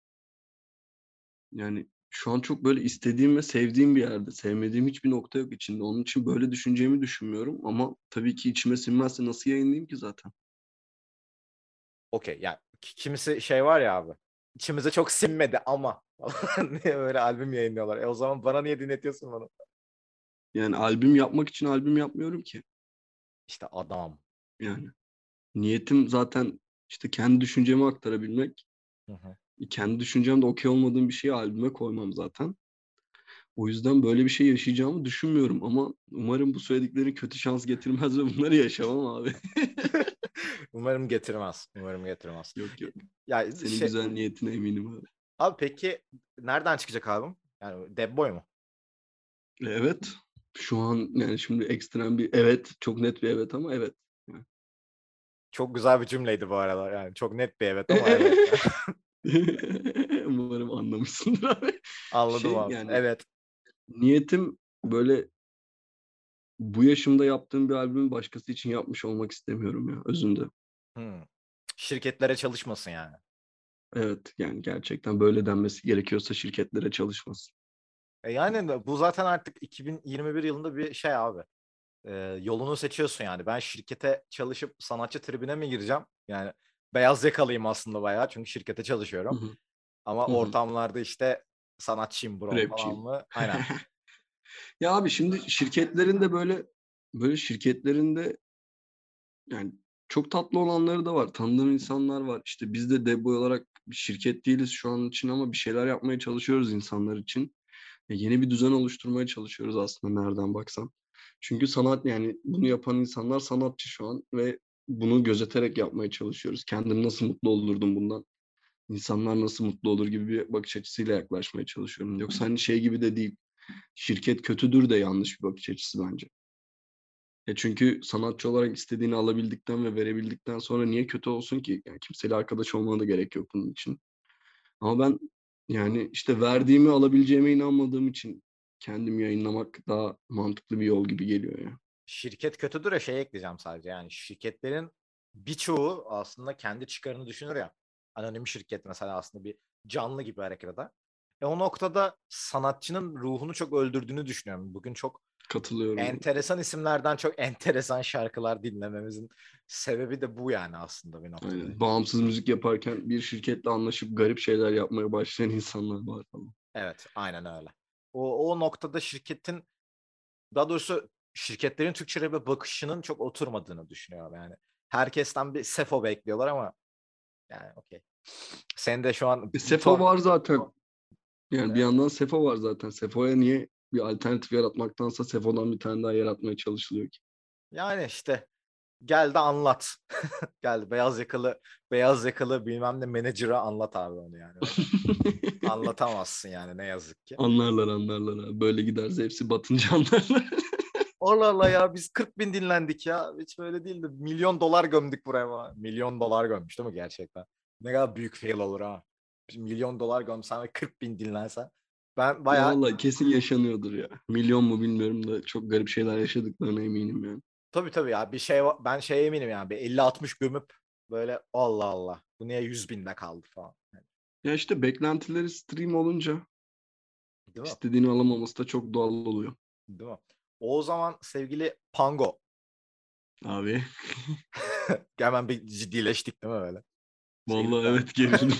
yani şu an çok böyle istediğim ve sevdiğim bir yerde. Sevmediğim hiçbir nokta yok içinde. Onun için böyle düşüneceğimi düşünmüyorum ama tabii ki içime sinmezse nasıl yayınlayayım ki zaten? Okey yani kimisi şey var ya abi. İçimize çok sinmedi ama niye böyle albüm yayınlıyorlar? O zaman bana niye dinletiyorsun bunu? Yani albüm yapmak için albüm yapmıyorum ki. İşte adam. Yani niyetim zaten işte kendi düşüncemi aktarabilmek. Hı hı. Kendi düşüncemde okey olmadığım bir şeyi albüme koymam zaten. O yüzden böyle bir şey yaşayacağımı düşünmüyorum ama umarım bu söyledikleri kötü şans getirmez ve bunları yaşamam abi. Umarım getirmez. Umarım getirmez. Yok yok. Ya Senin şey güzel niyetine eminim abi. abi peki nereden çıkacak albüm? Yani Dead Boy mu? Evet. Şu an yani şimdi ekstrem bir evet. Çok net bir evet ama evet. Çok güzel bir cümleydi bu arada. Yani çok net bir evet ama evet. Umarım anlamışsındır abi. Anladım Şey abi. yani Evet. niyetim böyle bu yaşımda yaptığım bir albümü başkası için yapmış olmak istemiyorum ya özünde. Hmm. Şirketlere çalışmasın yani. Evet yani gerçekten böyle denmesi gerekiyorsa şirketlere çalışmasın. Yani bu zaten artık 2021 yılında bir şey abi. Yolunu seçiyorsun yani. Ben şirkete çalışıp sanatçı tribüne mi gireceğim? Yani beyaz yakalıyım aslında bayağı çünkü şirkete Hı çalışıyorum. hı, Ama hı hı. ortamlarda işte sanatçıyım bro falan Rapçiyim. mı? Aynen. Ya abi şimdi şirketlerin de böyle böyle şirketlerinde yani çok tatlı olanları da var. Tanıdığım insanlar var. İşte biz de Deboy olarak bir şirket değiliz şu an için ama bir şeyler yapmaya çalışıyoruz insanlar için. Yeni bir düzen oluşturmaya çalışıyoruz aslında nereden baksan. Çünkü sanat yani bunu yapan insanlar sanatçı şu an ve bunu gözeterek yapmaya çalışıyoruz. Kendim nasıl mutlu olurdum bundan? İnsanlar nasıl mutlu olur gibi bir bakış açısıyla yaklaşmaya çalışıyorum. Yoksa hani şey gibi de değil. Şirket kötüdür de yanlış bir bakış açısı bence. Çünkü sanatçı olarak istediğini alabildikten ve verebildikten sonra niye kötü olsun ki? Yani kimseyle arkadaş olmana da gerek yok bunun için. Ama ben yani işte verdiğimi alabileceğime inanmadığım için kendim yayınlamak daha mantıklı bir yol gibi geliyor ya. Şirket kötüdür ya, şey ekleyeceğim sadece. Yani şirketlerin birçoğu aslında kendi çıkarını düşünür ya. Anonim şirket mesela aslında bir canlı gibi hareket eder. O noktada sanatçının ruhunu çok öldürdüğünü düşünüyorum. Bugün çok Katılıyorum. enteresan isimlerden çok enteresan şarkılar dinlememizin sebebi de bu yani aslında bir noktada. Aynen. Bağımsız müzik yaparken bir şirketle anlaşıp garip şeyler yapmaya başlayan insanlar var falan. Evet, aynen öyle. O noktada şirketin, daha doğrusu şirketlerin Türkçe rap'e bakışının çok oturmadığını düşünüyorum yani. Herkesten bir sefo bekliyorlar ama yani okey. Sen de şu an bir Sefo ton var zaten. Yani bir yandan Sefo var zaten. Sefo'ya niye bir alternatif yaratmaktansa Sefo'dan bir tane daha yaratmaya çalışılıyor ki? yani işte gel de anlat. Gel beyaz yakalı bilmem ne menajer'a anlat abi onu yani. Anlatamazsın yani ne yazık ki. Anlarlar anlarlar abi. Böyle giderse hepsi batınca anlarlar. Allah Allah ya, biz 40 bin dinlendik ya. Hiç böyle değildi. Milyon dolar gömdük buraya ama. Milyon dolar gömmüş değil mi gerçekten? Ne kadar büyük fail olur ha. Biz milyon dolar gömsen ve 40 bin dinlensen. Ben Ya bayağı, vallahi kesin yaşanıyordur ya. Milyon mu bilmiyorum da çok garip şeyler yaşadıklarına eminim yani. tabii ya, bir şey ben şey eminim yani, bir 50-60 gömüp böyle Allah Allah bu niye 100 binde kaldı falan. Yani, Ya işte beklentileri stream olunca değil mi? istediğini alamaması da çok doğal oluyor. Değil mi? O zaman sevgili Pango, Abi hemen bir ciddileştik değil mi böyle? Sevgili vallahi Pango. evet gerildim.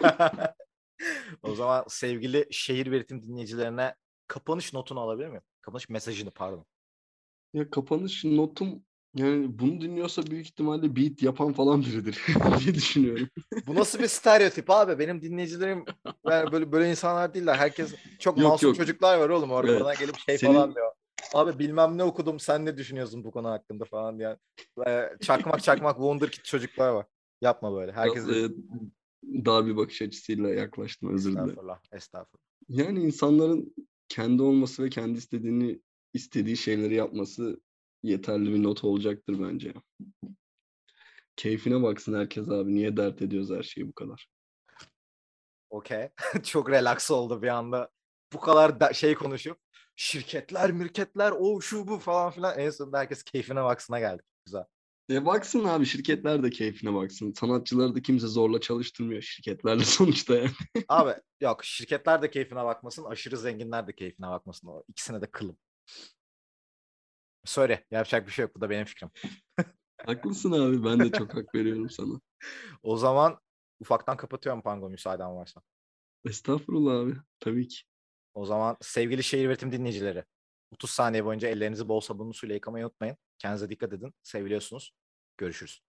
O zaman sevgili şehir ve ritim dinleyicilerine kapanış notunu alabilir miyim? Kapanış mesajını, pardon. Ya kapanış notum yani bunu dinliyorsa büyük ihtimalle beat yapan falan biridir diye düşünüyorum. Bu nasıl bir stereotip abi? Benim dinleyicilerim yani böyle insanlar değiller. Herkes çok Yok masum yok. çocuklar var oğlum orada. Bana Evet. gelip şey falan Senin diyor. Abi bilmem ne okudum, sen ne düşünüyorsun bu konu hakkında falan diye. Çakmak wonderkid çocuklar var. Yapma böyle. biraz Herkese dar bir bakış açısıyla yaklaştım özür dilerim. estağfurullah, estağfurullah. Yani insanların kendi olması ve kendi istediği şeyleri yapması yeterli bir not olacaktır bence. Keyfine baksın herkes abi. Niye dert ediyoruz her şeyi bu kadar? Okey. Çok relax oldu bir anda. Bu kadar şey konuşup şirketler, mürketler, o şu bu falan filan. En sonunda herkes keyfine baksına geldik. Güzel. Baksın abi şirketler de keyfine baksın. Sanatçıları da kimse zorla çalıştırmıyor şirketlerle sonuçta yani. Abi yok, şirketler de keyfine bakmasın, aşırı zenginler de keyfine bakmasın. O ikisine de kılım. Söyle, yapacak bir şey yok. Bu da benim fikrim. Haklısın abi ben de çok hak veriyorum sana. O zaman ufaktan kapatıyorum Pango, müsaaden varsa. Estağfurullah abi. Tabii ki. O zaman sevgili şehir üretim dinleyicileri, 30 saniye boyunca ellerinizi bol sabunlu suyla yıkamayı unutmayın. Kendinize dikkat edin. Seviliyorsunuz. Görüşürüz.